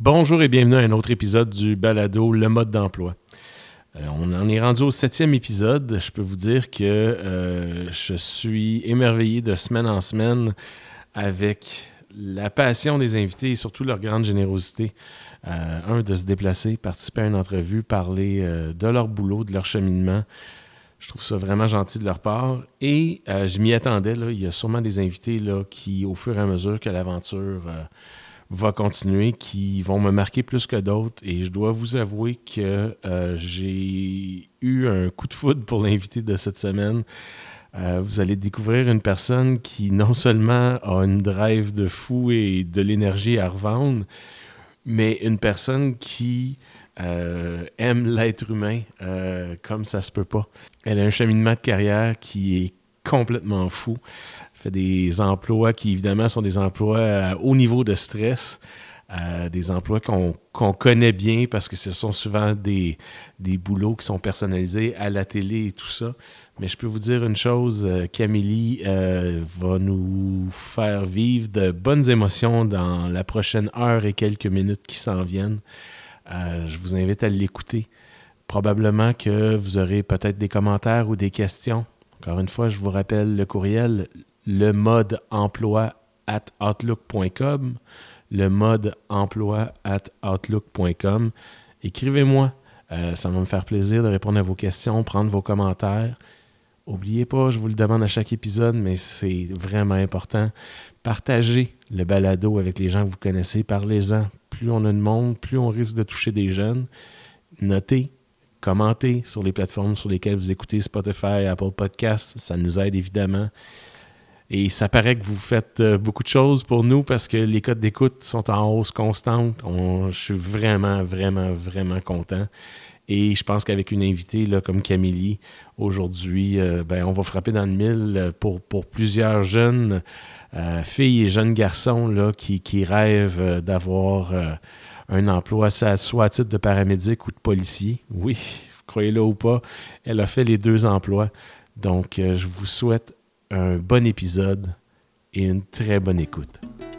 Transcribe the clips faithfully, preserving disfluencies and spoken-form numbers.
Bonjour et bienvenue à un autre épisode du balado Le mode d'emploi. Euh, on en est rendu au septième épisode. Je peux vous dire que euh, je suis émerveillé de semaine en semaine avec la passion des invités et surtout leur grande générosité. Euh, un, de se déplacer, participer à une entrevue, parler euh, de leur boulot, de leur cheminement. Je trouve ça vraiment gentil de leur part. Et euh, je m'y attendais. Là, il y a sûrement des invités là, qui, au fur et à mesure que l'aventure euh, va continuer, qui vont me marquer plus que d'autres. Et je dois vous avouer que euh, j'ai eu un coup de foudre pour l'invité de cette semaine. Euh, vous allez découvrir une personne qui non seulement a une drive de fou et de l'énergie à revendre, mais une personne qui euh, aime l'être humain euh, comme ça se peut pas. Elle a un cheminement de carrière qui est complètement fou. Elle fait des emplois qui, évidemment, sont des emplois à haut niveau de stress, euh, des emplois qu'on, qu'on connaît bien parce que ce sont souvent des, des boulots qui sont personnalisés à la télé et tout ça. Mais je peux vous dire une chose, euh, Camélie euh, va nous faire vivre de bonnes émotions dans la prochaine heure et quelques minutes qui s'en viennent. Euh, je vous invite à l'écouter. Probablement que vous aurez peut-être des commentaires ou des questions. Encore une fois, je vous rappelle le courriel le mode emploi at outlook point com le mode emploi at outlook point com. Écrivez-moi. Euh, ça va me faire plaisir de répondre à vos questions, prendre vos commentaires. N'oubliez pas, je vous le demande à chaque épisode, mais c'est vraiment important. Partagez le balado avec les gens que vous connaissez. Parlez-en. Plus on a de monde, plus on risque de toucher des jeunes. Notez, commentez sur les plateformes sur lesquelles vous écoutez Spotify, Apple Podcasts. Ça nous aide évidemment. Et ça paraît que vous faites beaucoup de choses pour nous parce que les codes d'écoute sont en hausse constante. On, je suis vraiment, vraiment, vraiment content. Et je pense qu'avec une invitée là, comme Camélie, aujourd'hui, euh, ben, on va frapper dans le mille pour, pour plusieurs jeunes euh, filles et jeunes garçons là, qui, qui rêvent d'avoir euh, un emploi, soit à titre de paramédic ou de policier. Oui, croyez-le ou pas, elle a fait les deux emplois. Donc, euh, je vous souhaite un bon épisode et une très bonne écoute.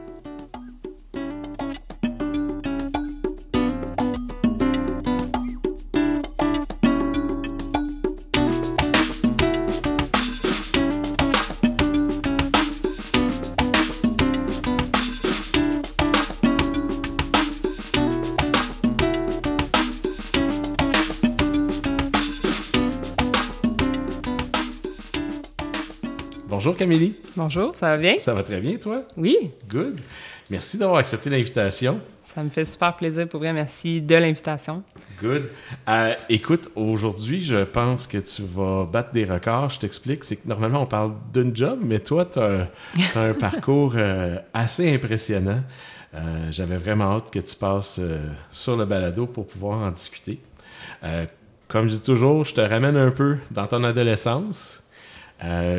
Bonjour Camélie. Bonjour, ça va bien? Ça va très bien, toi? Oui. Good. Merci d'avoir accepté l'invitation. Ça me fait super plaisir, pour vrai. Merci de l'invitation. Good. Euh, écoute, aujourd'hui, je pense que tu vas battre des records. Je t'explique. C'est que normalement, on parle d'une job, mais toi, tu as un parcours euh, assez impressionnant. Euh, j'avais vraiment hâte que tu passes euh, sur le balado pour pouvoir en discuter. Euh, comme je dis toujours, je te ramène un peu dans ton adolescence. Euh,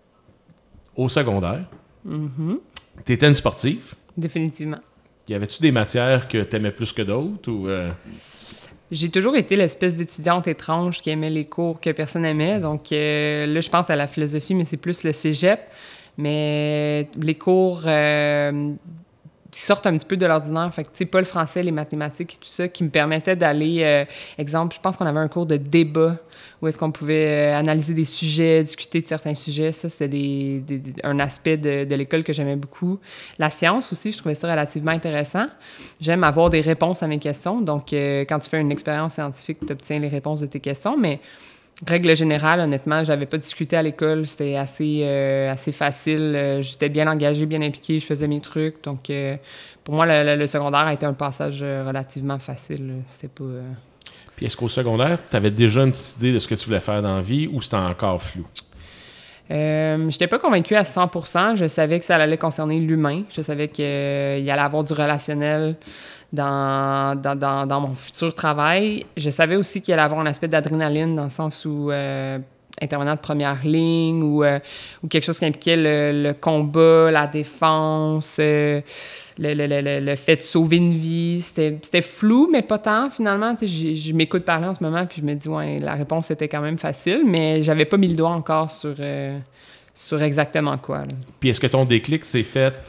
Au secondaire, Mm-hmm. tu étais une sportive. Définitivement. Y avait-tu des matières que tu aimais plus que d'autres? Ou euh... J'ai toujours été l'espèce d'étudiante étrange qui aimait les cours que personne n'aimait. Donc euh, là, je pense à la philosophie, mais c'est plus le cégep. Mais les cours euh, qui sortent un petit peu de l'ordinaire, fait que, tu sais, pas le français, les mathématiques et tout ça, qui me permettaient d'aller... Euh, exemple, je pense qu'on avait un cours de débat où est-ce qu'on pouvait euh, analyser des sujets, discuter de certains sujets. Ça, c'était des, des, des, un aspect de, de l'école que j'aimais beaucoup. La science aussi, je trouvais ça relativement intéressant. J'aime avoir des réponses à mes questions. Donc, euh, quand tu fais une expérience scientifique, tu obtiens les réponses de tes questions. Mais, règle générale, honnêtement, j'avais pas discuté à l'école. C'était assez, euh, assez facile. Euh, j'étais bien engagée, bien impliquée. Je faisais mes trucs. Donc, euh, pour moi, le, le, le secondaire a été un passage relativement facile. C'était pas... Euh... Puis est-ce qu'au secondaire, tu avais déjà une petite idée de ce que tu voulais faire dans la vie ou c'était encore flou? Euh, je n'étais pas convaincue à cent pour cent. Je savais que ça allait concerner l'humain. Je savais qu'il euh, allait avoir du relationnel dans, dans, dans, dans mon futur travail. Je savais aussi qu'il allait avoir un aspect d'adrénaline dans le sens où... Euh, intervenant de première ligne ou, euh, ou quelque chose qui impliquait le, le combat, la défense, euh, le, le, le, le fait de sauver une vie. C'était, c'était flou, mais pas tant, finalement. Je, je m'écoute parler en ce moment, puis je me dis, ouais, la réponse était quand même facile, mais j'avais pas mis le doigt encore sur, euh, sur exactement quoi. Là. Puis est-ce que ton déclic s'est fait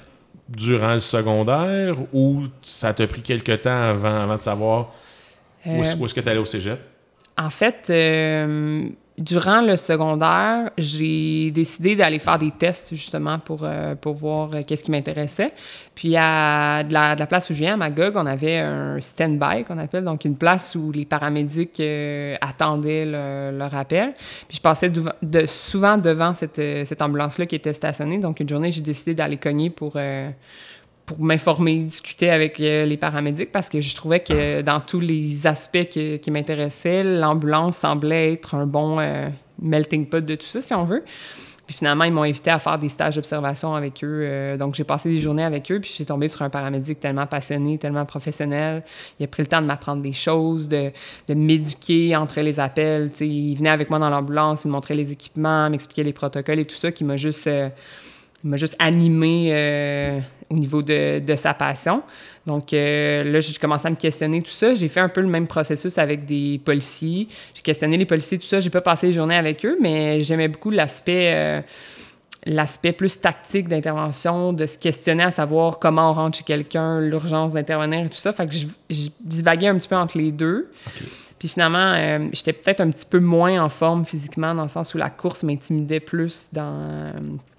durant le secondaire ou ça t'a pris quelque temps avant, avant de savoir euh, où, est-ce, où est-ce que tu allais au cégep? En fait, euh, durant le secondaire, j'ai décidé d'aller faire des tests justement pour, euh, pour voir euh, qu'est-ce qui m'intéressait. Puis à de la, de la place où je viens, à Magog, on avait un stand-by qu'on appelle, donc une place où les paramédics euh, attendaient le, leur appel. Puis je passais de, de, souvent devant cette, cette ambulance-là qui était stationnée. Donc une journée, j'ai décidé d'aller cogner pour... Euh, pour m'informer, discuter avec euh, les paramédics parce que je trouvais que dans tous les aspects que, qui m'intéressaient, l'ambulance semblait être un bon euh, melting pot de tout ça, si on veut. Puis finalement, ils m'ont invité à faire des stages d'observation avec eux. Euh, donc, j'ai passé des journées avec eux, puis j'ai tombé sur un paramédic tellement passionné, tellement professionnel. Il a pris le temps de m'apprendre des choses, de, de m'éduquer entre les appels. Tu sais, il venait avec moi dans l'ambulance, il me montrait les équipements, m'expliquait les protocoles et tout ça, qui m'a juste... Euh, Il m'a juste animé euh, au niveau de, de sa passion. Donc euh, là, j'ai commencé à me questionner tout ça. J'ai fait un peu le même processus avec des policiers. J'ai questionné les policiers, tout ça. J'ai pas passé les journées avec eux, mais j'aimais beaucoup l'aspect, euh, l'aspect plus tactique d'intervention, de se questionner à savoir comment on rentre chez quelqu'un, l'urgence d'intervenir et tout ça. Fait que je, je divaguais un petit peu entre les deux. Okay. Puis finalement, euh, j'étais peut-être un petit peu moins en forme physiquement, dans le sens où la course m'intimidait plus dans... Euh,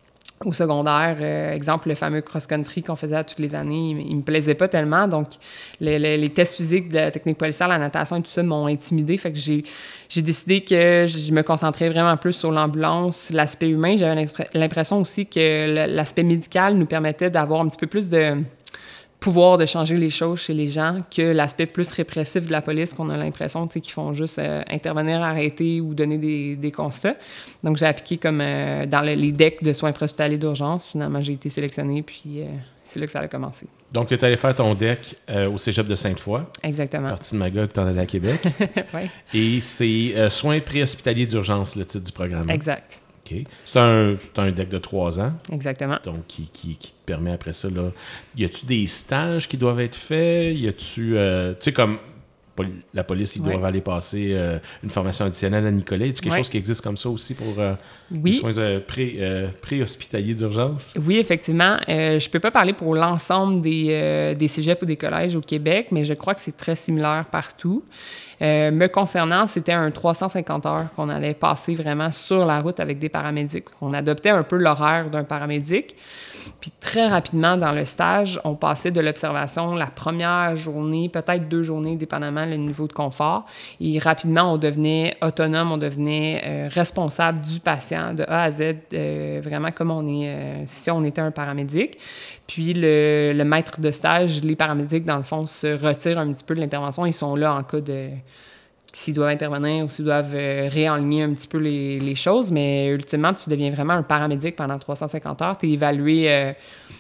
au secondaire, euh, exemple, le fameux cross-country qu'on faisait à toutes les années, il, il me plaisait pas tellement. Donc, les, les, les tests physiques de la technique policière, la natation et tout ça m'ont intimidé. Fait que j'ai, j'ai décidé que je me concentrais vraiment plus sur l'ambulance, l'aspect humain. J'avais l'impression aussi que l'aspect médical nous permettait d'avoir un petit peu plus de pouvoir de changer les choses chez les gens que l'aspect plus répressif de la police qu'on a l'impression, tu sais, qu'ils font juste euh, intervenir, arrêter ou donner des, des constats. Donc, j'ai appliqué comme euh, dans le, les decks de soins préhospitaliers d'urgence. Finalement, j'ai été sélectionnée, puis euh, c'est là que ça a commencé. Donc, tu es allé faire ton deck euh, au cégep de Sainte-Foy. Exactement. Partie de Magog, tu en allais à Québec. Oui. Et c'est euh, soins préhospitaliers d'urgence, le titre du programme. Exact. OK. C'est un, c'est un deck de trois ans. Exactement. Donc, qui, qui, qui te permet après ça, là... Y a-tu des stages qui doivent être faits? Y a-tu... Euh, tu sais, comme la police, ils ouais. doivent aller passer euh, une formation additionnelle à Nicolet. Y a-tu quelque ouais. chose qui existe comme ça aussi pour euh, oui. les soins euh, pré, euh, pré-hospitaliers d'urgence? Oui, effectivement. Euh, je peux pas parler pour l'ensemble des, euh, des cégeps ou des collèges au Québec, mais je crois que c'est très similaire partout. Euh, me concernant, c'était un trois cent cinquante heures qu'on allait passer vraiment sur la route avec des paramédics. On adoptait un peu l'horaire d'un paramédic. Puis très rapidement, dans le stage, on passait de l'observation la première journée, peut-être deux journées, dépendamment le niveau de confort. Et rapidement, on devenait autonome, on devenait euh, responsable du patient de A à Z, euh, vraiment comme on est, euh, si on était un paramédic. Puis le, le maître de stage, les paramédics, dans le fond, se retirent un petit peu de l'intervention. Ils sont là en cas de... s'ils doivent intervenir ou s'ils doivent euh, réaligner un petit peu les, les choses. Mais ultimement, tu deviens vraiment un paramédic pendant trois cent cinquante heures. Tu es évalué euh,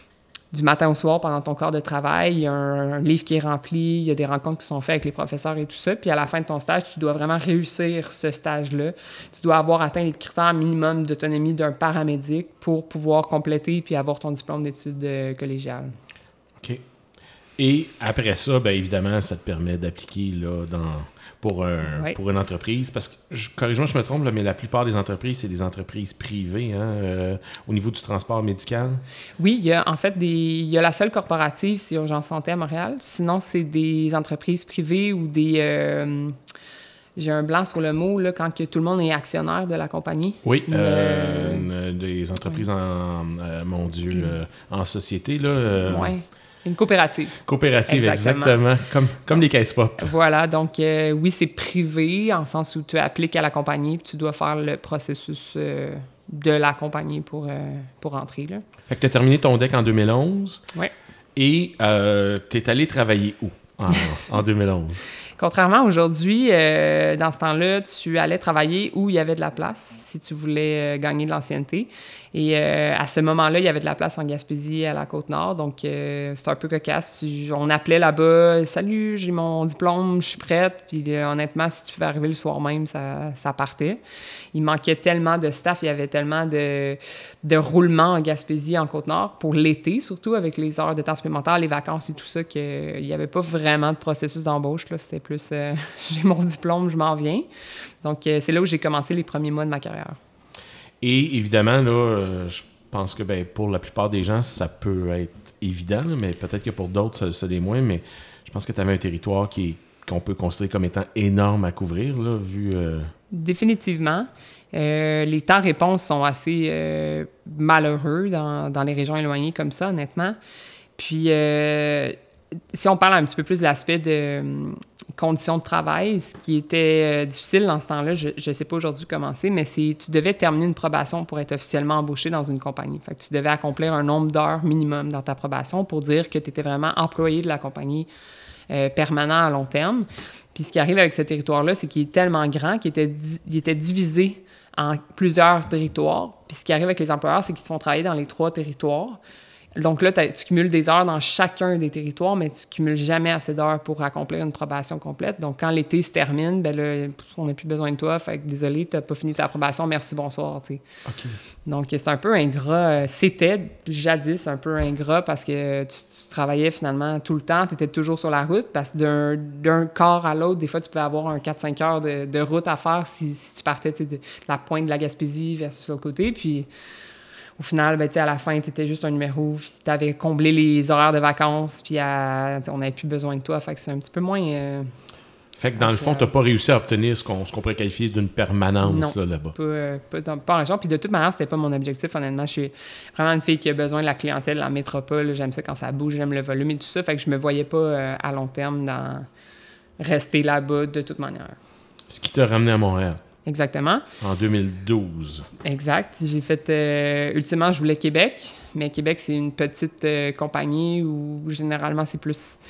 du matin au soir pendant ton corps de travail. Il y a un, un livre qui est rempli, il y a des rencontres qui sont faites avec les professeurs et tout ça. Puis à la fin de ton stage, tu dois vraiment réussir ce stage-là. Tu dois avoir atteint les critères minimum d'autonomie d'un paramédic pour pouvoir compléter puis avoir ton diplôme d'études euh, collégiales. OK. Et après ça, bien évidemment, ça te permet d'appliquer là, dans... Pour, un, oui. pour une entreprise, parce que, je, corrige-moi si je me trompe, là, mais la plupart des entreprises, c'est des entreprises privées, hein, euh, au niveau du transport médical. Oui, il y a en fait des, il y a la seule corporative, c'est Urgence Santé à Montréal. Sinon, c'est des entreprises privées ou des... Euh, j'ai un blanc sur le mot, là, quand que tout le monde est actionnaire de la compagnie. Oui, euh, euh, des entreprises oui. en, euh, mon Dieu, mmh. euh, en société, là. Euh, oui. Une coopérative. Coopérative, exactement. exactement. Comme, comme les caisses pop. Voilà, donc euh, oui, c'est privé, en sens où tu appliques à la compagnie puis tu dois faire le processus euh, de la compagnie pour, euh, pour entrer. Là. Fait que tu as terminé ton deck en deux mille onze. Oui. Et euh, tu es allé travailler où en, en deux mille onze? Contrairement à aujourd'hui, euh, dans ce temps-là, tu allais travailler où il y avait de la place, si tu voulais euh, gagner de l'ancienneté. Et euh, à ce moment-là, il y avait de la place en Gaspésie, à la Côte-Nord. Donc, euh, c'était un peu cocasse. Tu, on appelait là-bas « Salut, j'ai mon diplôme, je suis prête. » Puis euh, honnêtement, si tu pouvais arriver le soir même, ça, ça partait. Il manquait tellement de staff, il y avait tellement de, de roulement en Gaspésie, en Côte-Nord, pour l'été, surtout avec les heures de temps supplémentaire, les vacances et tout ça, qu'il n'y avait pas vraiment de processus d'embauche. Là. C'était plus euh, « J'ai mon diplôme, je m'en viens. » Donc, euh, c'est là où j'ai commencé les premiers mois de ma carrière. Et évidemment, là, euh, je pense que ben, pour la plupart des gens, ça peut être évident, là, mais peut-être que pour d'autres, ça, ça l'est moins. Mais je pense que tu avais un territoire qui est, qu'on peut considérer comme étant énorme à couvrir, là, vu... Euh... Définitivement. Euh, les temps-réponses sont assez euh, malheureux dans, dans les régions éloignées comme ça, honnêtement. Puis, euh, si on parle un petit peu plus de l'aspect de euh, conditions de travail, ce qui était euh, difficile dans ce temps-là, je ne sais pas aujourd'hui comment c'est, mais c'est tu devais terminer une probation pour être officiellement embauché dans une compagnie. Fait que tu devais accomplir un nombre d'heures minimum dans ta probation pour dire que tu étais vraiment employé de la compagnie euh, permanent à long terme. Puis ce qui arrive avec ce territoire-là, c'est qu'il est tellement grand qu'il était, di- il était divisé en plusieurs territoires. Puis ce qui arrive avec les employeurs, c'est qu'ils te font travailler dans les trois territoires. Donc là, tu cumules des heures dans chacun des territoires, mais tu cumules jamais assez d'heures pour accomplir une probation complète. Donc, quand l'été se termine, ben là, on n'a plus besoin de toi. Fait que désolé, tu n'as pas fini ta probation, merci, bonsoir. Tu sais. OK. Donc, c'est un peu ingrat. C'était jadis un peu ingrat parce que tu, tu travaillais finalement tout le temps, tu étais toujours sur la route parce que d'un, d'un quart à l'autre, des fois, tu pouvais avoir un quatre cinq heures de, de route à faire si, si tu partais de, de la pointe de la Gaspésie versus l'autre côté. Puis, au final, ben, à la fin, tu étais juste un numéro, puis tu avais comblé les horaires de vacances, puis à, on n'avait plus besoin de toi. Fait que c'est un petit peu moins... Euh, fait que dans le fond, tu n'as pas réussi à obtenir ce qu'on, ce qu'on pourrait qualifier d'une permanence non, là, là-bas. Pas, euh, pas, dans, pas en région. Puis de toute manière, c'était pas mon objectif, honnêtement. Je suis vraiment une fille qui a besoin de la clientèle en métropole. J'aime ça quand ça bouge, j'aime le volume et tout ça. Fait que je me voyais pas euh, à long terme dans rester là-bas de toute manière. Ce qui t'a ramené à Montréal. Exactement. En deux mille douze. Exact. J'ai fait... Euh, ultimement, je voulais Québec, mais Québec, c'est une petite euh, compagnie où généralement, c'est plus...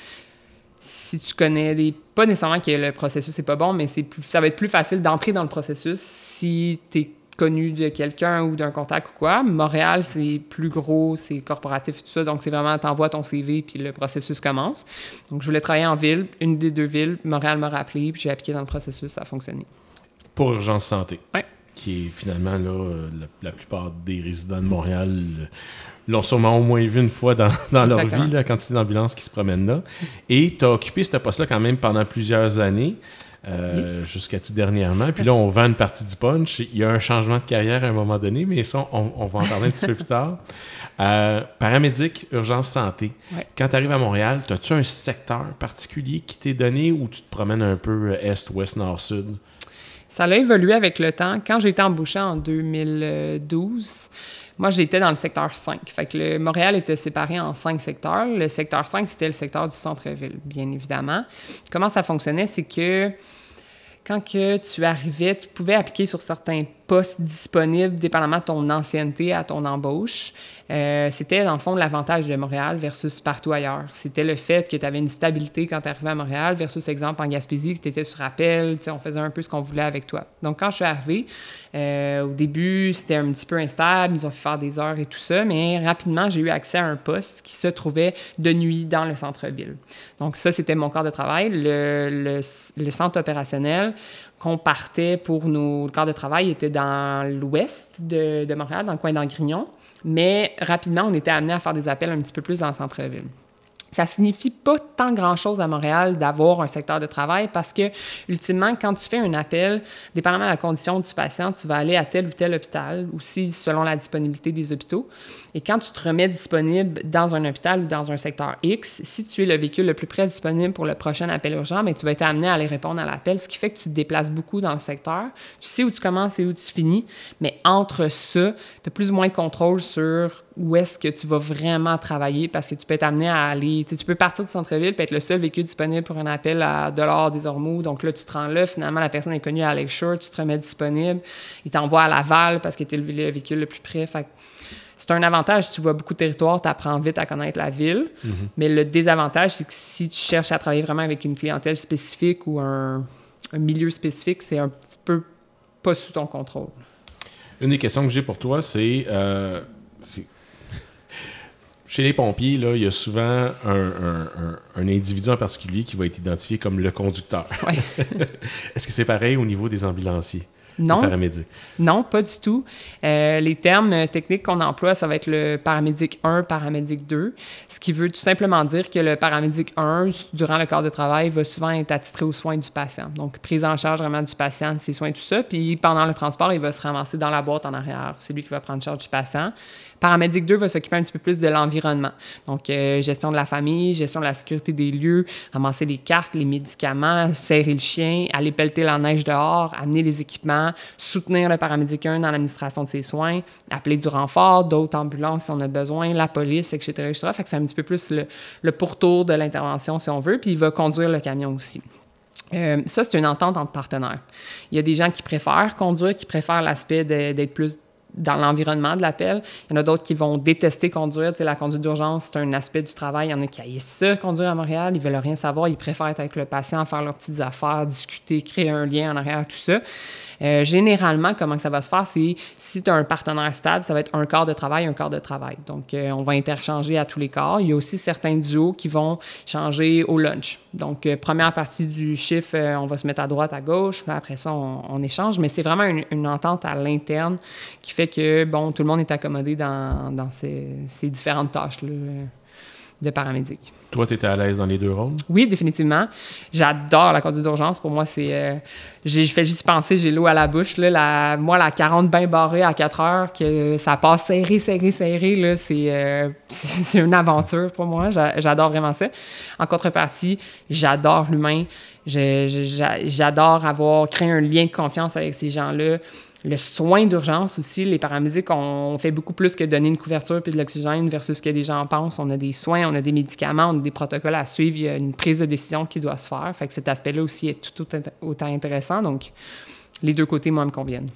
Si tu connais des... Pas nécessairement que le processus n'est pas bon, mais c'est plus, ça va être plus facile d'entrer dans le processus si tu es connu de quelqu'un ou d'un contact ou quoi. Montréal, c'est plus gros, c'est corporatif et tout ça, donc c'est vraiment, t'envoies ton C V puis le processus commence. Donc, je voulais travailler en ville, une des deux villes. Montréal m'a rappelé, puis j'ai appliqué dans le processus, ça a fonctionné. Pour Urgence Santé. Oui. Qui est finalement, là, la, la plupart des résidents de Montréal l'ont sûrement au moins vu une fois dans, dans leur vie, la quantité d'ambulances qui se promènent là. Et tu as occupé ce poste-là quand même pendant plusieurs années, euh, oui. jusqu'à tout dernièrement. Puis là, on vend une partie du punch. Il y a un changement de carrière à un moment donné, mais ça, on, on va en parler un petit peu plus tard. Euh, paramédic, Urgence Santé. Ouais. Quand tu arrives à Montréal, as-tu un secteur particulier qui t'est donné ou tu te promènes un peu est, ouest, nord, sud? Ça a évolué avec le temps. Quand j'ai été embauchée en deux mille douze, moi, j'étais dans le secteur cinq. Fait que le Montréal était séparé en cinq secteurs. Le secteur cinq, c'était le secteur du centre-ville, bien évidemment. Comment ça fonctionnait? C'est que quand que tu arrivais, tu pouvais appliquer sur certains postes disponibles, dépendamment de ton ancienneté à ton embauche. Euh, c'était, dans le fond, l'avantage de Montréal versus partout ailleurs. C'était le fait que tu avais une stabilité quand tu arrivais à Montréal versus, exemple, en Gaspésie, que tu étais sur appel, on faisait un peu ce qu'on voulait avec toi. Donc, quand je suis arrivée, euh, au début, c'était un petit peu instable, ils nous ont fait faire des heures et tout ça, mais rapidement, j'ai eu accès à un poste qui se trouvait de nuit dans le centre-ville. Donc, ça, c'était mon corps de travail. Le, le, le centre opérationnel qu'on partait pour nos corps de travail était dans l'ouest de, de Montréal, dans le coin d'Angrignon. Mais rapidement, on était amené à faire des appels un petit peu plus dans le centre-ville. Ça signifie pas tant grand-chose à Montréal d'avoir un secteur de travail parce que, ultimement, quand tu fais un appel, dépendamment de la condition du patient, tu vas aller à tel ou tel hôpital, aussi selon la disponibilité des hôpitaux. Et quand tu te remets disponible dans un hôpital ou dans un secteur X, si tu es le véhicule le plus près disponible pour le prochain appel urgent, bien, tu vas être amené à aller répondre à l'appel, ce qui fait que tu te déplaces beaucoup dans le secteur. Tu sais où tu commences et où tu finis, mais entre ça, tu as plus ou moins de contrôle sur où est-ce que tu vas vraiment travailler parce que tu peux être amené à aller... Tu peux partir du centre-ville et être le seul véhicule disponible pour un appel à Dollars des Ormeaux. Donc là, tu te rends là. Finalement, la personne est connue à Lakeshore. Tu te remets disponible. Il t'envoie à Laval parce que tu es le véhicule le plus près. Fait que c'est un avantage. Tu vois beaucoup de territoires, tu apprends vite à connaître la ville. Mm-hmm. Mais le désavantage, c'est que si tu cherches à travailler vraiment avec une clientèle spécifique ou un, un milieu spécifique, c'est un petit peu pas sous ton contrôle. Une des questions que j'ai pour toi, c'est... Euh, c'est... Chez les pompiers, là, il y a souvent un, un, un, un individu en particulier qui va être identifié comme le conducteur. Ouais. Est-ce que c'est pareil au niveau des ambulanciers? Non. Paramédic. Non, pas du tout. Euh, les termes techniques qu'on emploie, ça va être le paramédic un, paramédic deux, ce qui veut tout simplement dire que le paramédic un, durant le quart de travail, va souvent être attitré aux soins du patient. Donc, prise en charge vraiment du patient, de ses soins, tout ça. Puis, pendant le transport, il va se ramasser dans la boîte en arrière. C'est lui qui va prendre charge du patient. Paramédic deux va s'occuper un petit peu plus de l'environnement. Donc, euh, gestion de la famille, gestion de la sécurité des lieux, ramasser les cartes, les médicaments, serrer le chien, aller pelleter la neige dehors, amener les équipements, soutenir le paramédic un dans l'administration de ses soins, appeler du renfort, d'autres ambulances si on a besoin, la police, et cetera, et cetera. Fait que c'est un petit peu plus le, le pourtour de l'intervention, si on veut, puis il va conduire le camion aussi. Euh, ça, c'est une entente entre partenaires. Il y a des gens qui préfèrent conduire, qui préfèrent l'aspect de, d'être plus dans l'environnement de l'appel. Il y en a d'autres qui vont détester conduire. Tu sais, la conduite d'urgence, c'est un aspect du travail. Il y en a qui haïssent ça, conduire à Montréal. Ils veulent rien savoir. Ils préfèrent être avec le patient, faire leurs petites affaires, discuter, créer un lien en arrière, tout ça. Euh, généralement, comment ça va se faire, c'est si tu as un partenaire stable, ça va être un quart de travail, un quart de travail. Donc, euh, on va interchanger à tous les quarts. Il y a aussi certains duos qui vont changer au lunch. Donc, euh, première partie du chiffre, euh, on va se mettre à droite, à gauche. Puis après ça, on, on échange. Mais c'est vraiment une, une entente à l'interne qui fait que, bon, tout le monde est accommodé dans, dans ces, ces différentes tâches-là de paramédic. Toi, tu étais à l'aise dans les deux rôles? Oui, définitivement. J'adore la conduite d'urgence. Pour moi, c'est... Euh, j'ai, je fais juste penser, j'ai l'eau à la bouche. Là, la, moi, la quarante bains barrés à quatre heures, que ça passe serré, serré, serré, là, c'est, euh, c'est, c'est une aventure pour moi. J'a, j'adore vraiment ça. En contrepartie, j'adore l'humain. Je, je, j'adore avoir créé un lien de confiance avec ces gens-là. Le soin d'urgence aussi, les paramédics, on fait beaucoup plus que donner une couverture puis de l'oxygène versus ce que les gens pensent. On a des soins, on a des médicaments, on a des protocoles à suivre, il y a une prise de décision qui doit se faire. Fait que cet aspect-là aussi est tout autant intéressant. Donc, les deux côtés, moi, me conviennent.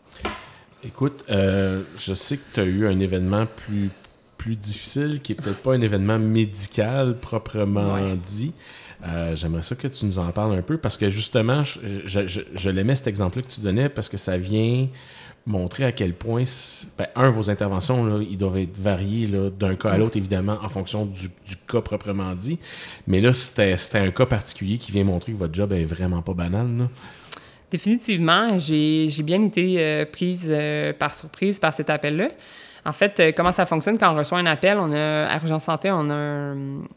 Écoute, euh, je sais que tu as eu un événement plus, plus difficile, qui n'est peut-être pas un événement médical proprement ouais. dit. Euh, j'aimerais ça que tu nous en parles un peu parce que justement, je, je, je, je l'aimais cet exemple-là que tu donnais parce que ça vient montrer à quel point, ben, un, vos interventions, là, ils doivent être variées là, d'un cas à l'autre, évidemment, en fonction du, du cas proprement dit. Mais là, c'était, c'était un cas particulier qui vient montrer que votre job est vraiment pas banal, là. Définitivement, j'ai, j'ai bien été euh, prise euh, par surprise par cet appel-là. En fait, euh, comment ça fonctionne quand on reçoit un appel? On a, à Urgence Santé, on a un,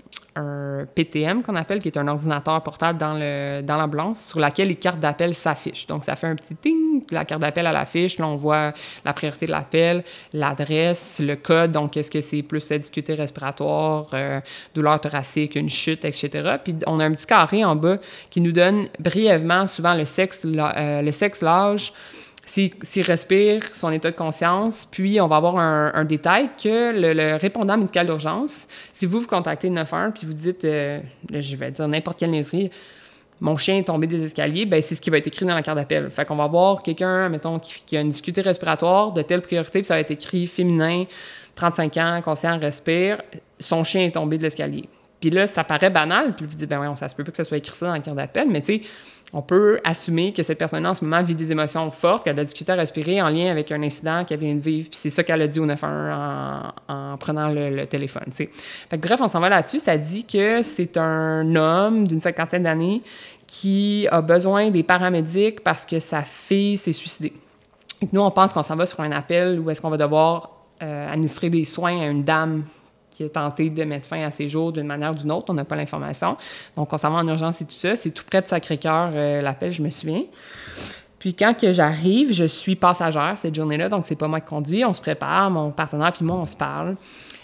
un P T M qu'on appelle, qui est un ordinateur portable dans, le, dans l'ambulance, sur laquelle les cartes d'appel s'affichent. Donc, ça fait un petit ting, la carte d'appel à l'affiche. Là, on voit la priorité de l'appel, l'adresse, le code. Donc, est-ce que c'est plus la difficulté respiratoire, euh, douleur thoracique, une chute, et cetera. Puis, on a un petit carré en bas qui nous donne brièvement, souvent, le sexe, la, euh, le sexe, l'âge, S'il, s'il respire, son état de conscience, puis on va avoir un, un détail que le, le répondant médical d'urgence, si vous vous contactez le neuf un un puis vous dites, euh, je vais dire n'importe quelle niaiserie, mon chien est tombé des escaliers, ben c'est ce qui va être écrit dans la carte d'appel. Fait qu'on va avoir quelqu'un, mettons, qui, qui a une difficulté respiratoire de telle priorité, puis ça va être écrit féminin, trente-cinq ans, conscient, respire, son chien est tombé de l'escalier. Puis là, ça paraît banal, puis vous dites, ben ouais, ça se peut pas que ça soit écrit ça dans la carte d'appel, mais tu sais, on peut assumer que cette personne-là, en ce moment, vit des émotions fortes, qu'elle a de la difficulté à respirer en lien avec un incident qu'elle vient de vivre. Puis c'est ça qu'elle a dit au neuf un un en, en prenant le, le téléphone, tu sais. Fait que bref, on s'en va là-dessus. Ça dit que c'est un homme d'une cinquantaine d'années qui a besoin des paramédics parce que sa fille s'est suicidée. Et nous, on pense qu'on s'en va sur un appel où est-ce qu'on va devoir euh, administrer des soins à une dame qui a tenté de mettre fin à ses jours d'une manière ou d'une autre. On n'a pas l'information. Donc, on s'en va en urgence et tout ça. C'est tout près de Sacré-Cœur, euh, l'appel, je me souviens. Puis, quand que j'arrive, je suis passagère cette journée-là, donc c'est pas moi qui conduis. On se prépare, mon partenaire puis moi, on se parle.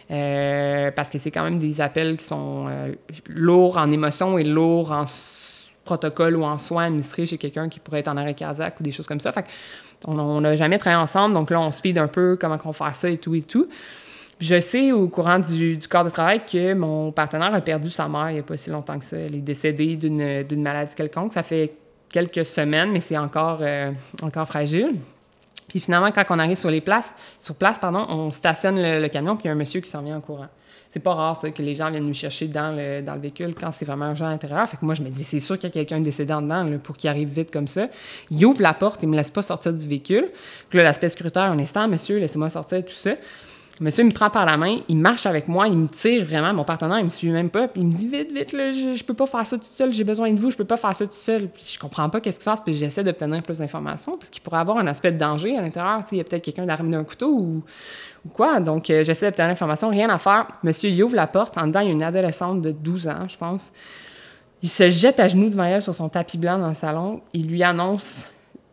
Euh, parce que c'est quand même des appels qui sont euh, lourds en émotions et lourds en protocole ou en soins administrés chez quelqu'un qui pourrait être en arrêt cardiaque ou des choses comme ça. Fait qu'on n'a jamais travaillé ensemble, donc là, on se fide un peu comment on fait ça et tout et tout. Je sais au courant du, du corps de travail que mon partenaire a perdu sa mère il n'y a pas si longtemps que ça. Elle est décédée d'une, d'une maladie quelconque. Ça fait quelques semaines, mais c'est encore, euh, encore fragile. Puis finalement, quand on arrive sur les places, sur place, pardon, on stationne le, le camion, puis il y a un monsieur qui s'en vient en courant. C'est pas rare, ça, que les gens viennent nous chercher dans le, dans le véhicule quand c'est vraiment urgent à l'intérieur. Fait que moi, je me dis, c'est sûr qu'il y a quelqu'un décédé en dedans là, pour qu'il arrive vite comme ça. Il ouvre la porte, il me laisse pas sortir du véhicule. Puis là, l'aspect sécuritaire, un instant, monsieur, laissez-moi sortir, tout ça. Le monsieur me prend par la main, il marche avec moi, il me tire vraiment. Mon partenaire, il me suit même pas. Puis il me dit, vite, vite, là, je, je peux pas faire ça tout seul, j'ai besoin de vous, je peux pas faire ça tout seul. Puis je comprends pas qu'est-ce qui se passe, puis j'essaie d'obtenir plus d'informations, parce qu'il pourrait avoir un aspect de danger à l'intérieur. Il y a peut-être quelqu'un d'armé d'un couteau ou, ou quoi. Donc euh, j'essaie d'obtenir l'information, rien à faire. Monsieur, il ouvre la porte. En dedans, il y a une adolescente de douze ans, je pense. Il se jette à genoux devant elle sur son tapis blanc dans le salon. Il lui annonce,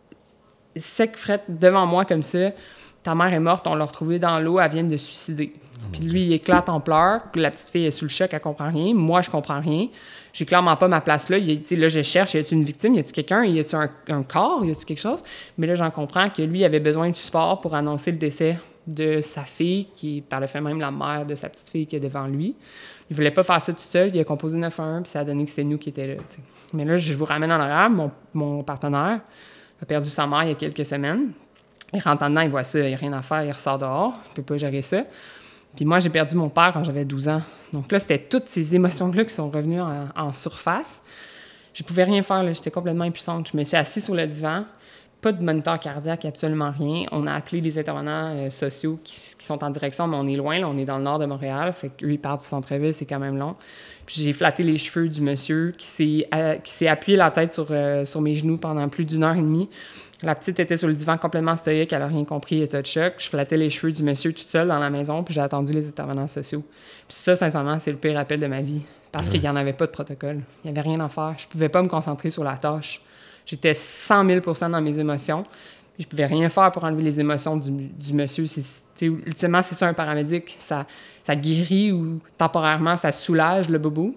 sec, frette, devant moi comme ça, ta mère est morte, on l'a retrouvée dans l'eau, elle vient de se suicider. Oh puis lui, il éclate en pleurs. La petite fille est sous le choc, elle comprend rien. Moi, je comprends rien. J'ai clairement pas ma place là. Il, là, je cherche, y a-t-il une victime? Y a-t-il quelqu'un? Y a-t-il un, un corps? Y a-t-il quelque chose? Mais là, j'en comprends que lui, il avait besoin de support pour annoncer le décès de sa fille, qui est par le fait même la mère de sa petite fille qui est devant lui. Il voulait pas faire ça tout seul. Il a composé neuf un un, puis ça a donné que c'était nous qui étions là. T'sais. Mais là, je vous ramène en arrière. Mon, mon partenaire a perdu sa mère il y a quelques semaines. Il rentre en dedans, il voit ça, il n'y a rien à faire, il ressort dehors, il ne peut pas gérer ça. Puis moi, j'ai perdu mon père quand j'avais douze ans. Donc là, c'était toutes ces émotions-là qui sont revenues en, en surface. Je ne pouvais rien faire, là, j'étais complètement impuissante. Je me suis assise sur le divan, pas de moniteur cardiaque, absolument rien. On a appelé les intervenants euh, sociaux qui, qui sont en direction, mais on est loin, là, on est dans le nord de Montréal, fait qu'eux, ils partent du centre-ville, c'est quand même long. Puis j'ai flatté les cheveux du monsieur qui s'est, euh, qui s'est appuyé la tête sur, euh, sur mes genoux pendant plus d'une heure et demie. La petite était sur le divan complètement stoïque, elle n'a rien compris, elle était de choc. Je flattais les cheveux du monsieur toute seule dans la maison, puis j'ai attendu les intervenants sociaux. Puis ça, sincèrement, c'est le pire appel de ma vie, parce mmh. qu'il n'y en avait pas de protocole. Il n'y avait rien à faire. Je ne pouvais pas me concentrer sur la tâche. J'étais cent mille pour cent dans mes émotions. Puis je ne pouvais rien faire pour enlever les émotions du, du monsieur. C'est, ultimement, c'est ça un paramédic. Ça, ça guérit ou temporairement, ça soulage le bobo.